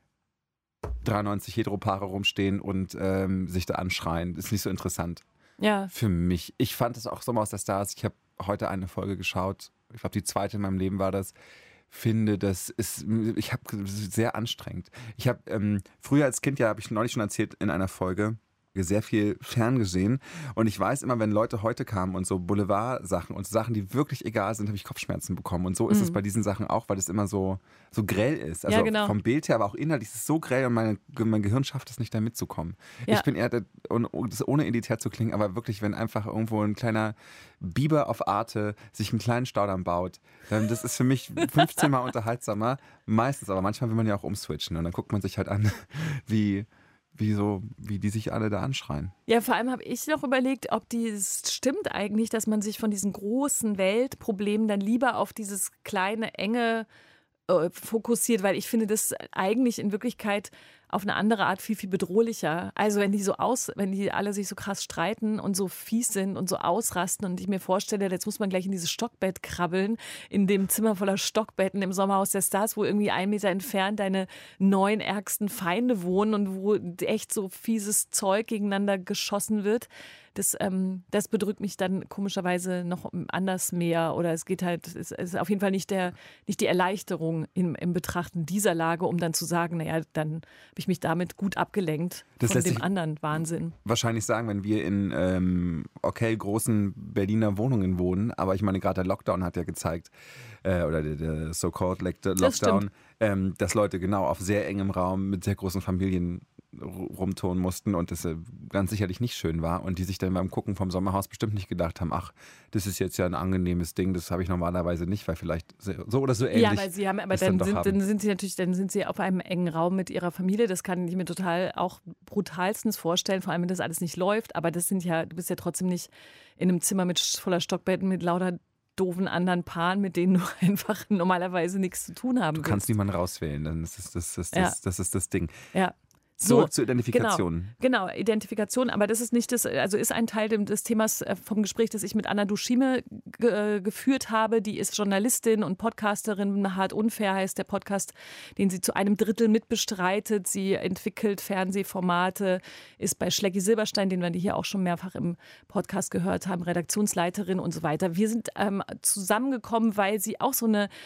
93 Heteropaare rumstehen und sich da anschreien. Das ist nicht so interessant. Ja. Für mich. Ich fand es auch Sommerhaus der Stars. Ich habe heute eine Folge geschaut. Ich glaube, die zweite in meinem Leben war das. Finde, ich habe sehr anstrengend. Ich habe früher als Kind, ja, habe ich neulich schon erzählt in einer Folge, sehr viel ferngesehen. Und ich weiß immer, wenn Leute heute kamen und so Boulevard-Sachen und Sachen, die wirklich egal sind, habe ich Kopfschmerzen bekommen. Und so ist es bei diesen Sachen auch, weil es immer so grell ist. Also Ja, genau. vom Bild her, aber auch inhaltlich ist es so grell und mein Gehirn schafft es nicht, da mitzukommen. Ja. Ich bin eher, das ohne elitär zu klingen, aber wirklich, wenn einfach irgendwo ein kleiner Biber auf Arte sich einen kleinen Staudamm baut, das ist für mich 15 Mal unterhaltsamer. Meistens, aber manchmal will man ja auch umswitchen und dann guckt man sich halt an, wie die sich alle da anschreien. Ja, vor allem habe ich noch überlegt, ob das stimmt eigentlich, dass man sich von diesen großen Weltproblemen dann lieber auf dieses kleine, enge fokussiert, weil ich finde das eigentlich in Wirklichkeit auf eine andere Art viel, viel bedrohlicher. Also wenn die alle sich so krass streiten und so fies sind und so ausrasten und ich mir vorstelle, jetzt muss man gleich in dieses Stockbett krabbeln, in dem Zimmer voller Stockbetten im Sommerhaus der Stars, wo irgendwie 1 Meter entfernt deine 9 ärgsten Feinde wohnen und wo echt so fieses Zeug gegeneinander geschossen wird, das bedrückt mich dann komischerweise noch anders mehr. Oder es geht halt, es ist auf jeden Fall nicht die Erleichterung im Betrachten dieser Lage, um dann zu sagen, naja, dann habe ich mich damit gut abgelenkt von dem anderen Wahnsinn. Wahrscheinlich sagen, wenn wir in großen Berliner Wohnungen wohnen, aber ich meine, gerade der Lockdown hat ja gezeigt, oder der so-called Lockdown, dass Leute genau auf sehr engem Raum mit sehr großen Familien rumtun mussten und das ganz sicherlich nicht schön war und die sich dann beim Gucken vom Sommerhaus bestimmt nicht gedacht haben, ach, das ist jetzt ja ein angenehmes Ding, das habe ich normalerweise nicht, weil vielleicht so oder so ähnlich. Ja, weil sie haben, aber dann sind sie auf einem engen Raum mit ihrer Familie, das kann ich mir total auch brutalstens vorstellen, vor allem wenn das alles nicht läuft, aber du bist ja trotzdem nicht in einem Zimmer voller Stockbetten mit lauter doofen anderen Paaren, mit denen du einfach normalerweise nichts zu tun haben willst. Du kannst niemanden rauswählen, dann das ist das Ding. Ja. Zurück zur Identifikation. Genau, Identifikation, aber das ist nicht ist ein Teil des Themas vom Gespräch, das ich mit Anna Dushime geführt habe. Die ist Journalistin und Podcasterin. Hart unfair heißt der Podcast, den sie zu 1/3 mitbestreitet. Sie entwickelt Fernsehformate, ist bei Schlecki Silberstein, den wir hier auch schon mehrfach im Podcast gehört haben, Redaktionsleiterin und so weiter. Wir sind zusammengekommen, weil sie auch so eine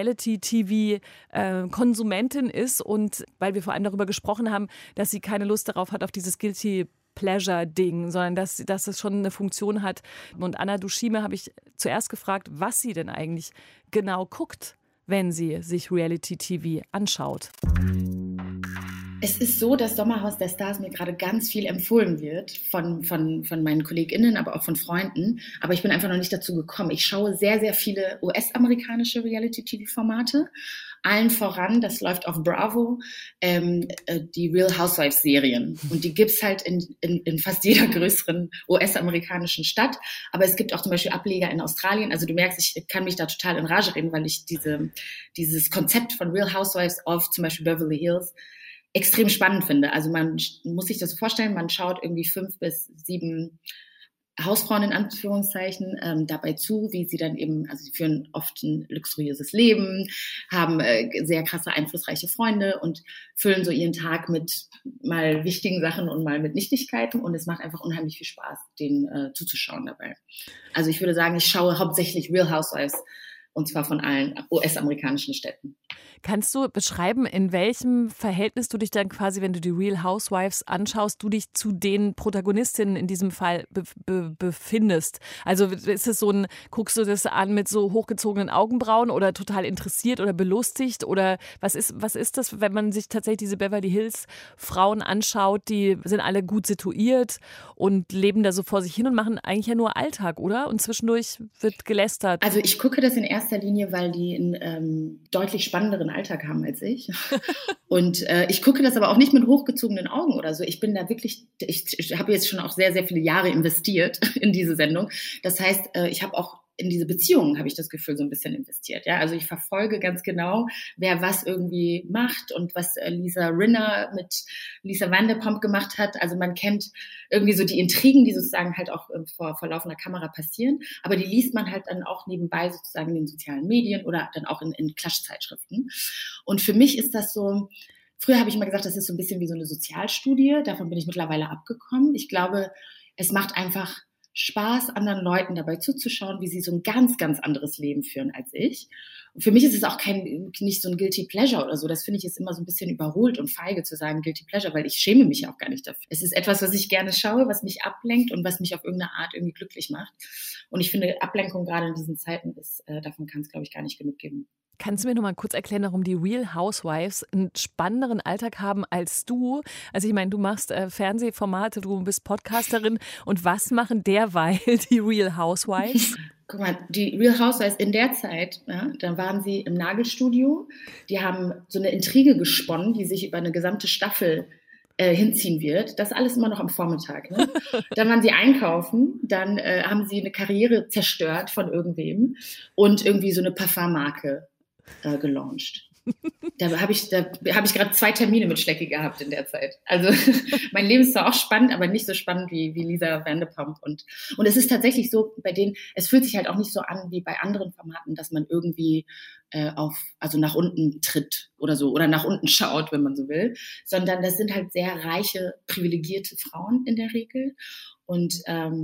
Reality-TV-Konsumentin ist und weil wir vor allem darüber gesprochen haben, dass sie keine Lust darauf hat, auf dieses Guilty Pleasure-Ding, sondern dass es schon eine Funktion hat. Und Anna Dushime habe ich zuerst gefragt, was sie denn eigentlich genau guckt, wenn sie sich Reality-TV anschaut. Es ist so, dass Sommerhaus der Stars mir gerade ganz viel empfohlen wird von meinen KollegInnen, aber auch von Freunden. Aber ich bin einfach noch nicht dazu gekommen. Ich schaue sehr, sehr viele US-amerikanische Reality-TV-Formate. Allen voran, das läuft auf Bravo, die Real Housewives-Serien. Und die gibt's halt in fast jeder größeren US-amerikanischen Stadt. Aber es gibt auch zum Beispiel Ableger in Australien. Also du merkst, ich kann mich da total in Rage reden, weil ich dieses Konzept von Real Housewives of zum Beispiel Beverly Hills extrem spannend finde. Also man muss sich das so vorstellen, man schaut irgendwie 5 bis 7 Hausfrauen in Anführungszeichen dabei zu, wie sie dann eben, also sie führen oft ein luxuriöses Leben, haben sehr krasse, einflussreiche Freunde und füllen so ihren Tag mit mal wichtigen Sachen und mal mit Nichtigkeiten und es macht einfach unheimlich viel Spaß, denen zuzuschauen dabei. Also ich würde sagen, ich schaue hauptsächlich Real Housewives und zwar von allen US-amerikanischen Städten. Kannst du beschreiben, in welchem Verhältnis du dich dann quasi, wenn du die Real Housewives anschaust, du dich zu den Protagonistinnen in diesem Fall befindest? Also ist es guckst du das an mit so hochgezogenen Augenbrauen oder total interessiert oder belustigt? Oder was ist das, wenn man sich tatsächlich diese Beverly Hills Frauen anschaut, die sind alle gut situiert und leben da so vor sich hin und machen eigentlich ja nur Alltag, oder? Und zwischendurch wird gelästert. Also ich gucke das in erster Linie, weil die einen deutlich spannenderen Alltag haben als ich. Und ich gucke das aber auch nicht mit hochgezogenen Augen oder so. Ich bin da wirklich, ich habe jetzt schon auch sehr, sehr viele Jahre investiert in diese Sendung. Das heißt, ich habe auch in diese Beziehungen, habe ich das Gefühl, so ein bisschen investiert. Ja? Also ich verfolge ganz genau, wer was irgendwie macht und was Lisa Rinna mit Lisa Vanderpump gemacht hat. Also man kennt irgendwie so die Intrigen, die sozusagen halt auch vor laufender Kamera passieren. Aber die liest man halt dann auch nebenbei sozusagen in den sozialen Medien oder dann auch in Klatschzeitschriften. Und für mich ist das so, früher habe ich immer gesagt, das ist so ein bisschen wie so eine Sozialstudie. Davon bin ich mittlerweile abgekommen. Ich glaube, es macht einfach Spaß, anderen Leuten dabei zuzuschauen, wie sie so ein ganz, ganz anderes Leben führen als ich. Und für mich ist es auch nicht so ein Guilty Pleasure oder so. Das finde ich ist immer so ein bisschen überholt und feige zu sagen Guilty Pleasure, weil ich schäme mich auch gar nicht dafür. Es ist etwas, was ich gerne schaue, was mich ablenkt und was mich auf irgendeine Art irgendwie glücklich macht. Und ich finde, Ablenkung gerade in diesen Zeiten davon kann es, glaube ich, gar nicht genug geben. Kannst du mir noch mal kurz erklären, warum die Real Housewives einen spannenderen Alltag haben als du? Also ich meine, du machst Fernsehformate, du bist Podcasterin. Und was machen derweil die Real Housewives? Guck mal, die Real Housewives in der Zeit, ja, da waren sie im Nagelstudio. Die haben so eine Intrige gesponnen, die sich über eine gesamte Staffel hinziehen wird. Das alles immer noch am Vormittag. Ne? Dann waren sie einkaufen, dann haben sie eine Karriere zerstört von irgendwem und irgendwie so eine Parfummarke gelauncht. Da habe ich gerade 2 Termine mit Schlecki gehabt in der Zeit. Also mein Leben ist zwar auch spannend, aber nicht so spannend wie Lisa Vanderpump. Und es ist tatsächlich so, bei denen, es fühlt sich halt auch nicht so an wie bei anderen Formaten, dass man irgendwie also nach unten tritt oder so oder nach unten schaut, wenn man so will, sondern das sind halt sehr reiche, privilegierte Frauen in der Regel. Und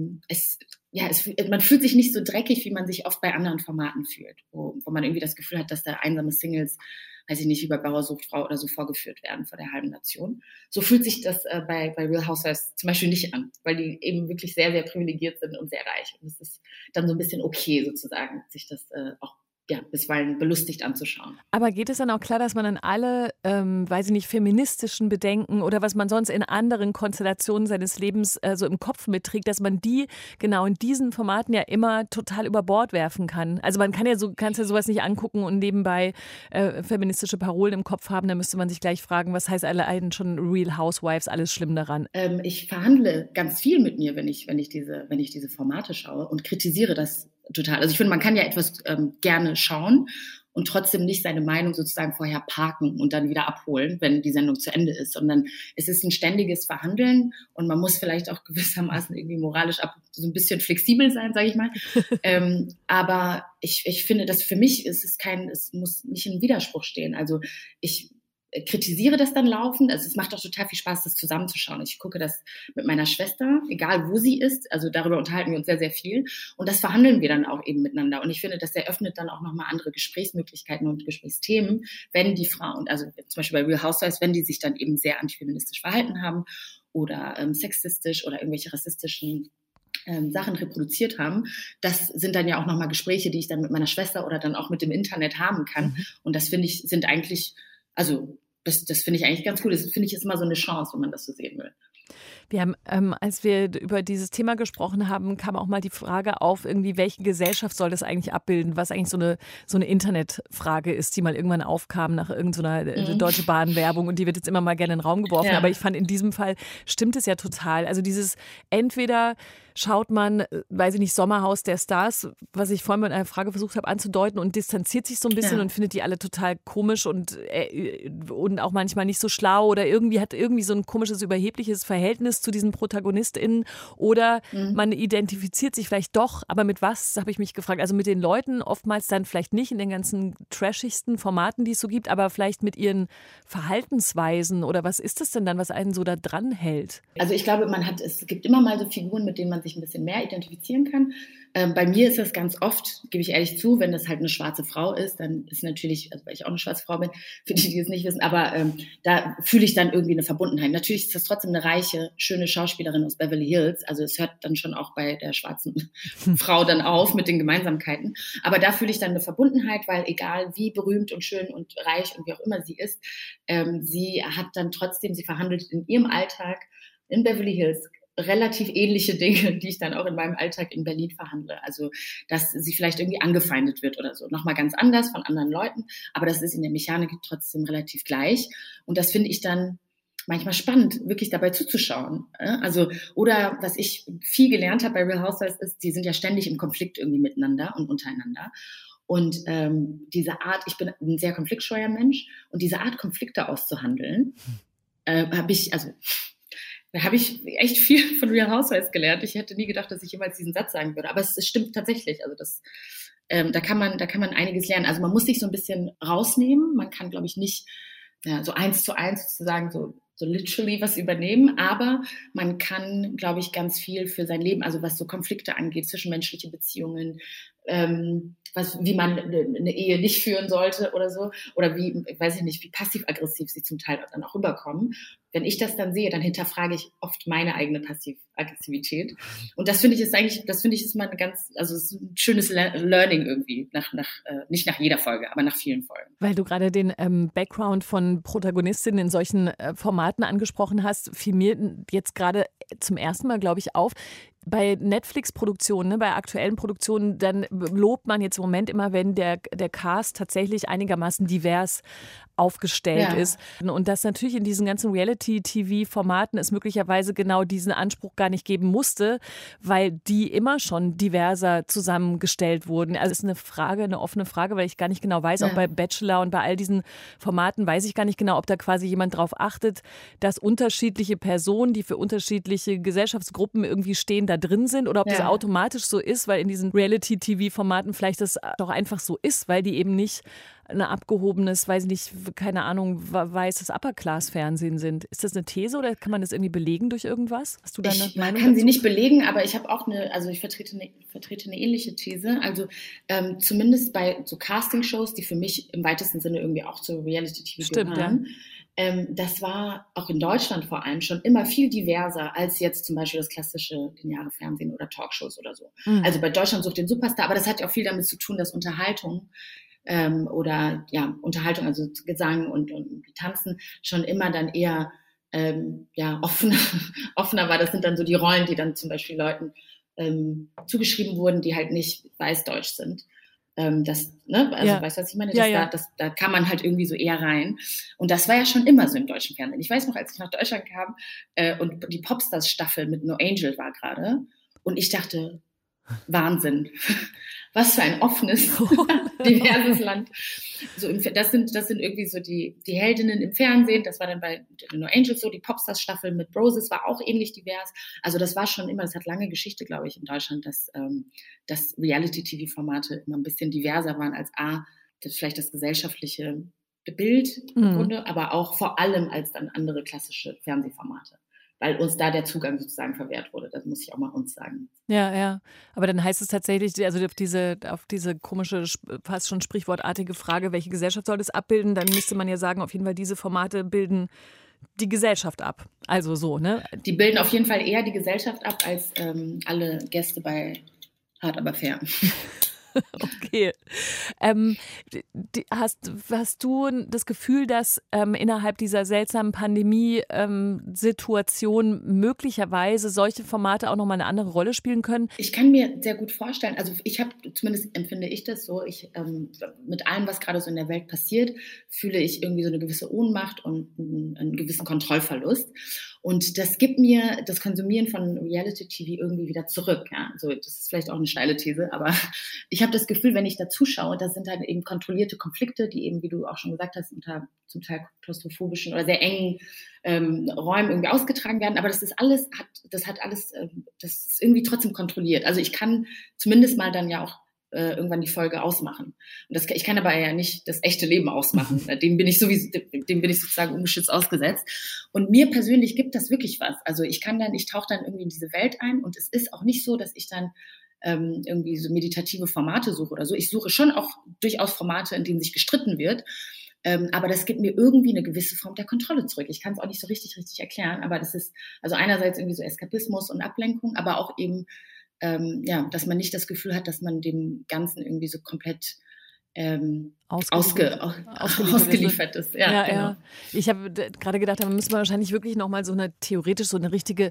man fühlt sich nicht so dreckig, wie man sich oft bei anderen Formaten fühlt, wo man irgendwie das Gefühl hat, dass da einsame Singles, weiß ich nicht, wie bei Bauersuchtfrau oder so vorgeführt werden vor der halben Nation. So fühlt sich das bei Real Housewives zum Beispiel nicht an, weil die eben wirklich sehr, sehr privilegiert sind und sehr reich. Und es ist dann so ein bisschen okay sozusagen, sich das auch bisweilen belustigt anzuschauen. Aber geht es dann auch klar, dass man dann alle, weiß ich nicht, feministischen Bedenken oder was man sonst in anderen Konstellationen seines Lebens so im Kopf mitträgt, dass man die genau in diesen Formaten ja immer total über Bord werfen kann? Also man kann ja kannst ja sowas nicht angucken und nebenbei feministische Parolen im Kopf haben, da müsste man sich gleich fragen, was heißt allein schon Real Housewives, alles schlimm daran? Ich verhandle ganz viel mit mir, wenn ich diese Formate schaue und kritisiere das total. Also ich finde, man kann ja etwas gerne schauen und trotzdem nicht seine Meinung sozusagen vorher parken und dann wieder abholen, wenn die Sendung zu Ende ist, sondern es ist ein ständiges Verhandeln und man muss vielleicht auch gewissermaßen irgendwie moralisch so ein bisschen flexibel sein, sage ich mal. Aber ich finde, dass für mich es muss nicht in Widerspruch stehen. Also ich kritisiere das dann laufend. Also es macht auch total viel Spaß, das zusammenzuschauen. Ich gucke das mit meiner Schwester, egal wo sie ist. Also darüber unterhalten wir uns sehr, sehr viel. Und das verhandeln wir dann auch eben miteinander. Und ich finde, das eröffnet dann auch nochmal andere Gesprächsmöglichkeiten und Gesprächsthemen, wenn die Frauen, also zum Beispiel bei Real Housewives, wenn die sich dann eben sehr antifeministisch verhalten haben oder sexistisch oder irgendwelche rassistischen Sachen reproduziert haben. Das sind dann ja auch nochmal Gespräche, die ich dann mit meiner Schwester oder dann auch mit dem Internet haben kann. Und das finde ich, das finde ich eigentlich ganz cool. Das finde ich ist immer so eine Chance, wenn man das so sehen will. Wir haben, als wir über dieses Thema gesprochen haben, kam auch mal die Frage auf, irgendwie, welche Gesellschaft soll das eigentlich abbilden, was eigentlich so eine Internetfrage ist, die mal irgendwann aufkam nach irgendeiner Deutsche Bahn-Werbung und die wird jetzt immer mal gerne in den Raum geworfen. Ja. Aber ich fand, in diesem Fall stimmt es ja total. Also dieses entweder schaut man, weiß ich nicht, Sommerhaus der Stars, was ich vorhin mit einer Frage versucht habe anzudeuten und distanziert sich so ein bisschen und findet die alle total komisch und auch manchmal nicht so schlau oder hat irgendwie so ein komisches, überhebliches Verhältnis zu diesen ProtagonistInnen oder man identifiziert sich vielleicht doch, aber mit was, habe ich mich gefragt, also mit den Leuten oftmals dann vielleicht nicht in den ganzen trashigsten Formaten, die es so gibt, aber vielleicht mit ihren Verhaltensweisen oder was ist das denn dann, was einen so da dran hält? Also ich glaube, es gibt immer mal so Figuren, mit denen man sich ein bisschen mehr identifizieren kann. Bei mir ist das ganz oft, gebe ich ehrlich zu, wenn das halt eine schwarze Frau ist, dann ist natürlich, also weil ich auch eine schwarze Frau bin, für die, die es nicht wissen, aber da fühle ich dann irgendwie eine Verbundenheit. Natürlich ist das trotzdem eine reiche, schöne Schauspielerin aus Beverly Hills, also es hört dann schon auch bei der schwarzen Frau dann auf mit den Gemeinsamkeiten, aber da fühle ich dann eine Verbundenheit, weil egal wie berühmt und schön und reich und wie auch immer sie ist, sie verhandelt in ihrem Alltag in Beverly Hills relativ ähnliche Dinge, die ich dann auch in meinem Alltag in Berlin verhandle. Also, dass sie vielleicht irgendwie angefeindet wird oder so. Nochmal ganz anders von anderen Leuten, aber das ist in der Mechanik trotzdem relativ gleich. Und das finde ich dann manchmal spannend, wirklich dabei zuzuschauen. Also, oder was ich viel gelernt habe bei Real Housewives ist, die sind ja ständig im Konflikt irgendwie miteinander und untereinander. Und diese Art, ich bin ein sehr konfliktscheuer Mensch, und diese Art, Konflikte auszuhandeln, habe ich echt viel von Real Housewives gelernt. Ich hätte nie gedacht, dass ich jemals diesen Satz sagen würde. Aber es stimmt tatsächlich. Also da kann man einiges lernen. Also man muss sich so ein bisschen rausnehmen. Man kann, glaube ich, nicht so 1:1 sozusagen so literally was übernehmen. Aber man kann, glaube ich, ganz viel für sein Leben, also was so Konflikte angeht, zwischenmenschliche Beziehungen, wie man eine Ehe nicht führen sollte oder so, oder wie passiv-aggressiv sie zum Teil dann auch rüberkommen. Wenn ich das dann sehe, dann hinterfrage ich oft meine eigene Passiv-Aggressivität. Und das finde ich ist mal es ist ein schönes Learning irgendwie, nicht nach jeder Folge, aber nach vielen Folgen. Weil du gerade den Background von Protagonistinnen in solchen Formaten angesprochen hast, fiel mir jetzt gerade zum ersten Mal, glaube ich, auf, Bei Netflix-Produktionen, ne, bei aktuellen Produktionen, dann lobt man jetzt im Moment immer, wenn der Cast tatsächlich einigermaßen divers aufgestellt ist. Und dass natürlich in diesen ganzen Reality-TV-Formaten es möglicherweise genau diesen Anspruch gar nicht geben musste, weil die immer schon diverser zusammengestellt wurden. Also es ist eine offene Frage, weil ich gar nicht genau weiß, auch bei Bachelor und bei all diesen Formaten weiß ich gar nicht genau, ob da quasi jemand drauf achtet, dass unterschiedliche Personen, die für unterschiedliche Gesellschaftsgruppen irgendwie stehen, da drin sind oder ob das automatisch so ist, weil in diesen Reality-TV-Formaten vielleicht das doch einfach so ist, weil die eben nicht ein abgehobenes, weiß nicht, keine Ahnung, weißes Upper-Class-Fernsehen sind. Ist das eine These oder kann man das irgendwie belegen durch irgendwas? Hast du da eine Meinung Ich kann dazu? sie nicht belegen, aber ich habe auch ich vertrete eine ähnliche These. Also zumindest bei so Casting-Shows, die für mich im weitesten Sinne irgendwie auch zur Reality-TV gehören, das war auch in Deutschland vor allem schon immer viel diverser als jetzt zum Beispiel das klassische lineare Fernsehen oder Talkshows oder so. Also bei Deutschland sucht den Superstar, aber das hat ja auch viel damit zu tun, dass Unterhaltung, also Gesang und Tanzen schon immer dann eher offener war. Das sind dann so die Rollen, die dann zum Beispiel Leuten zugeschrieben wurden, die halt nicht weißdeutsch sind. Weißt du, was ich meine? Da kam man halt irgendwie so eher rein. Und das war ja schon immer so im deutschen Fernsehen. Ich weiß noch, als ich nach Deutschland kam und die Popstars-Staffel mit No Angel war gerade und ich dachte, Wahnsinn. Was für ein offenes, diverses Land. So, das sind irgendwie so die Heldinnen im Fernsehen. Das war dann bei No Angels so. Die Popstars-Staffel mit Roses war auch ähnlich divers. Also das war schon immer, das hat lange Geschichte, glaube ich, in Deutschland, dass Reality-TV-Formate immer ein bisschen diverser waren als vielleicht das gesellschaftliche Bild im Grunde, aber auch vor allem als dann andere klassische Fernsehformate. Weil uns da der Zugang sozusagen verwehrt wurde. Das muss ich auch mal uns sagen. Ja. Aber dann heißt es tatsächlich, also auf diese komische, fast schon sprichwortartige Frage, welche Gesellschaft soll das abbilden, dann müsste man ja sagen, auf jeden Fall diese Formate bilden die Gesellschaft ab. Also so, ne? Die bilden auf jeden Fall eher die Gesellschaft ab als alle Gäste bei Hart aber fair. Okay. Hast du das Gefühl, dass innerhalb dieser seltsamen Pandemie-Situation möglicherweise solche Formate auch nochmal eine andere Rolle spielen können? Ich kann mir sehr gut vorstellen, also zumindest empfinde ich das so, mit allem, was gerade so in der Welt passiert, fühle ich irgendwie so eine gewisse Ohnmacht und einen gewissen Kontrollverlust. Und das gibt mir das Konsumieren von Reality-TV irgendwie wieder zurück. Ja? Also das ist vielleicht auch eine steile These, aber ich habe das Gefühl, wenn ich da zuschaue, das sind halt eben kontrollierte Konflikte, die eben, wie du auch schon gesagt hast, unter zum Teil klaustrophobischen oder sehr engen Räumen irgendwie ausgetragen werden. Aber das ist alles irgendwie trotzdem kontrolliert. Also ich kann zumindest mal dann ja auch irgendwann die Folge ausmachen. Und ich kann aber ja nicht das echte Leben ausmachen. Dem bin ich sozusagen ungeschützt ausgesetzt. Und mir persönlich gibt das wirklich was. Also ich tauche dann irgendwie in diese Welt ein und es ist auch nicht so, dass ich dann irgendwie so meditative Formate suche oder so. Ich suche schon auch durchaus Formate, in denen sich gestritten wird. Aber das gibt mir irgendwie eine gewisse Form der Kontrolle zurück. Ich kann es auch nicht so richtig erklären, aber das ist also einerseits irgendwie so Eskapismus und Ablenkung, aber auch eben dass man nicht das Gefühl hat, dass man dem Ganzen irgendwie so komplett ausgeliefert ist. Ja, genau. Ja. Ich habe gerade gedacht, da müssen wir wahrscheinlich wirklich nochmal so eine richtige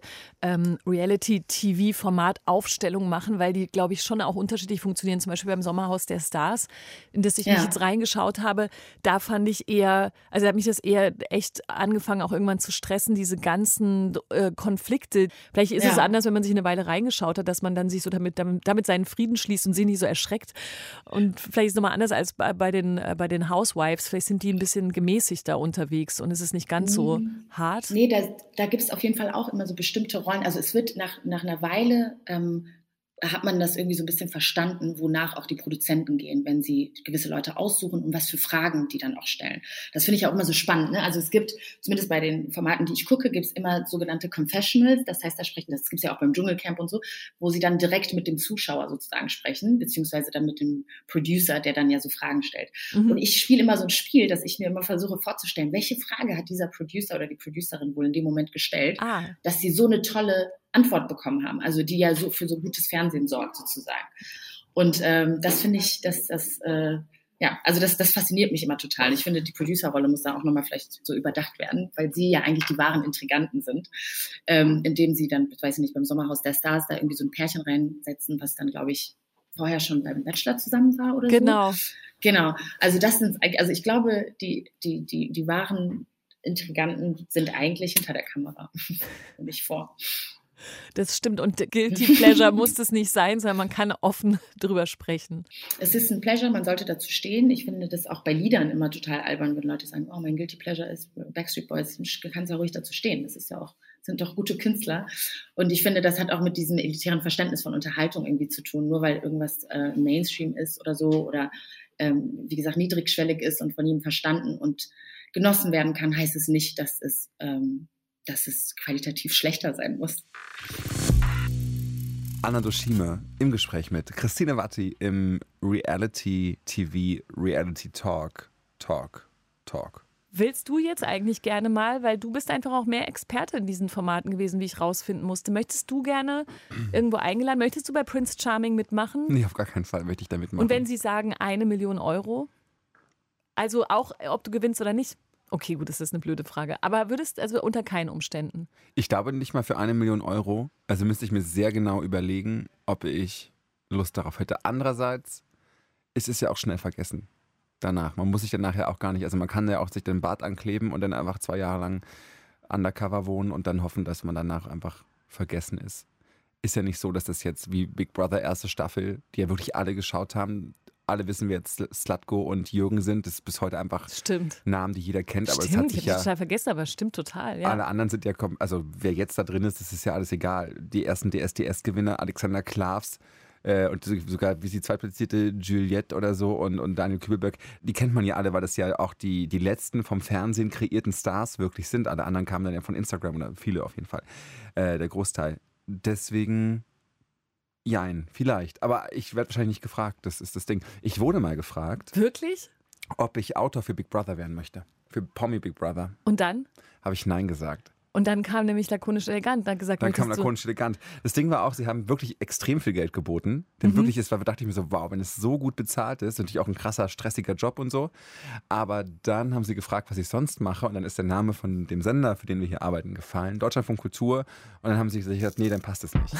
Reality-TV-Format-Aufstellung machen, weil die, glaube ich, schon auch unterschiedlich funktionieren. Zum Beispiel beim Sommerhaus der Stars, in das ich mich jetzt reingeschaut habe, da fand ich da hat mich das eher echt angefangen, auch irgendwann zu stressen, diese ganzen Konflikte. Vielleicht ist es anders, wenn man sich eine Weile reingeschaut hat, dass man dann sich so damit seinen Frieden schließt und sie nicht so erschreckt. Und vielleicht ist es nochmal anders als bei den Housewives. Vielleicht sind die ein bisschen gemäßigter unterwegs und es ist nicht ganz so hart. Nee, da gibt es auf jeden Fall auch immer so bestimmte Rollen. Also es wird nach einer Weile hat man das irgendwie so ein bisschen verstanden, wonach auch die Produzenten gehen, wenn sie gewisse Leute aussuchen und was für Fragen die dann auch stellen. Das finde ich ja auch immer so spannend. Ne? Also es gibt, zumindest bei den Formaten, die ich gucke, gibt es immer sogenannte Confessionals. Das heißt, das gibt es ja auch beim Dschungelcamp und so, wo sie dann direkt mit dem Zuschauer sozusagen sprechen, beziehungsweise dann mit dem Producer, der dann ja so Fragen stellt. Und ich spiele immer so ein Spiel, dass ich mir immer versuche vorzustellen, welche Frage hat dieser Producer oder die Producerin wohl in dem Moment gestellt, dass sie so eine tolle Antwort bekommen haben, also die ja so für so gutes Fernsehen sorgt sozusagen. Und das finde ich, ja, also das fasziniert mich immer total. Ich finde, die Producerrolle muss da auch nochmal vielleicht so überdacht werden, weil sie ja eigentlich die wahren Intriganten sind, indem sie dann, ich weiß nicht, beim Sommerhaus der Stars da irgendwie so ein Pärchen reinsetzen, was dann, glaube ich, vorher schon beim Bachelor zusammen war oder Genau. so. Genau. Also ich glaube, die wahren Intriganten sind eigentlich hinter der Kamera, nicht vor. Das stimmt. Und Guilty Pleasure muss es nicht sein, sondern man kann offen drüber sprechen. Es ist ein Pleasure, man sollte dazu stehen. Ich finde das auch bei Liedern immer total albern, wenn Leute sagen, oh, mein Guilty Pleasure ist Backstreet Boys. Du kannst ja ruhig dazu stehen. Das ist ja auch, sind doch gute Künstler. Und ich finde, das hat auch mit diesem elitären Verständnis von Unterhaltung irgendwie zu tun. Nur weil irgendwas Mainstream ist oder so oder wie gesagt, niedrigschwellig ist und von jedem verstanden und genossen werden kann, heißt es nicht, dass es qualitativ schlechter sein muss. Anna Doshime im Gespräch mit Christine Watti im Reality-TV, Reality-Talk. Willst du jetzt eigentlich gerne mal, weil du bist einfach auch mehr Experte in diesen Formaten gewesen, wie ich rausfinden musste. Möchtest du gerne irgendwo eingeladen? Möchtest du bei Prince Charming mitmachen? Nee, auf gar keinen Fall möchte ich da mitmachen. Und wenn sie sagen 1 Million Euro? Also auch, ob du gewinnst oder nicht? Okay, gut, das ist eine blöde Frage. Aber würdest, also unter keinen Umständen? Ich glaube nicht mal für 1 Million Euro. Also müsste ich mir sehr genau überlegen, ob ich Lust darauf hätte. Andererseits ist es ja auch schnell vergessen. Danach. Man muss sich dann nachher auch gar nicht, also man kann ja auch sich den Bart ankleben und dann einfach 2 Jahre lang undercover wohnen und dann hoffen, dass man danach einfach vergessen ist. Ist ja nicht so, dass das jetzt wie Big Brother erste Staffel, die ja wirklich alle geschaut haben, alle wissen, wer jetzt Slutko und Jürgen sind. Das ist bis heute einfach Namen, die jeder kennt. Aber stimmt, es hat sich ich habe total vergessen, aber stimmt total. Ja. Alle anderen sind ja, also wer jetzt da drin ist, das ist ja alles egal. Die ersten DSDS-Gewinner, Alexander Klavs und sogar wie die zweitplatzierte Juliette oder so und Daniel Kübelberg, die kennt man ja alle, weil das ja auch die letzten vom Fernsehen kreierten Stars wirklich sind. Alle anderen kamen dann ja von Instagram oder viele auf jeden Fall, der Großteil. Deswegen... Jein, vielleicht. Aber ich werde wahrscheinlich nicht gefragt. Das ist das Ding. Ich wurde mal gefragt. Wirklich? Ob ich Autor für Big Brother werden möchte. Für Promi Big Brother. Und dann? Habe ich Nein gesagt. Und dann kam nämlich Lakonisch Elegant. Dann kam Lakonisch Elegant. Das Ding war auch, sie haben wirklich extrem viel Geld geboten. Denn wirklich, dachte ich mir so, wow, wenn es so gut bezahlt ist, natürlich auch ein krasser, stressiger Job und so. Aber dann haben sie gefragt, was ich sonst mache. Und dann ist der Name von dem Sender, für den wir hier arbeiten, gefallen. Deutschlandfunk Kultur. Und dann haben sie gesagt, nee, dann passt es nicht.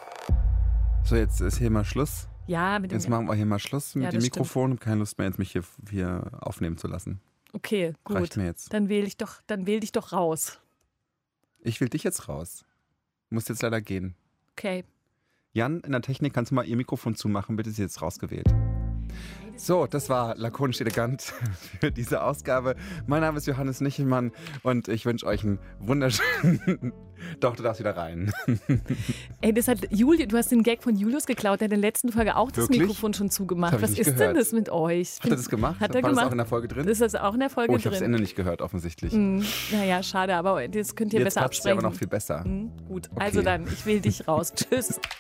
So, jetzt ist hier mal Schluss. Ja, jetzt machen wir hier mal Schluss mit dem Mikrofon. Ich habe keine Lust mehr, jetzt mich hier aufnehmen zu lassen. Okay, gut. Reicht mir jetzt. Dann wähl dich doch raus. Ich will dich jetzt raus. Muss jetzt leider gehen. Okay. Jan, in der Technik kannst du mal ihr Mikrofon zumachen. Bitte, sie ist jetzt rausgewählt. So, das war Lakonisch Elegant für diese Ausgabe. Mein Name ist Johannes Nichelmann und ich wünsche euch einen wunderschönen... Doch, du darfst wieder rein. Ey, du hast den Gag von Julius geklaut, der hat in der letzten Folge auch das Mikrofon schon zugemacht. Was ist denn das mit euch? Hat er das gemacht? Hat er war gemacht? Das auch in der Folge drin? Ist das auch in der Folge drin? Ich habe das Ende nicht gehört, offensichtlich. Naja, schade, aber das könnt ihr jetzt besser absprechen. Jetzt aber noch viel besser. Gut, okay. Also dann, ich wähle dich raus. Tschüss.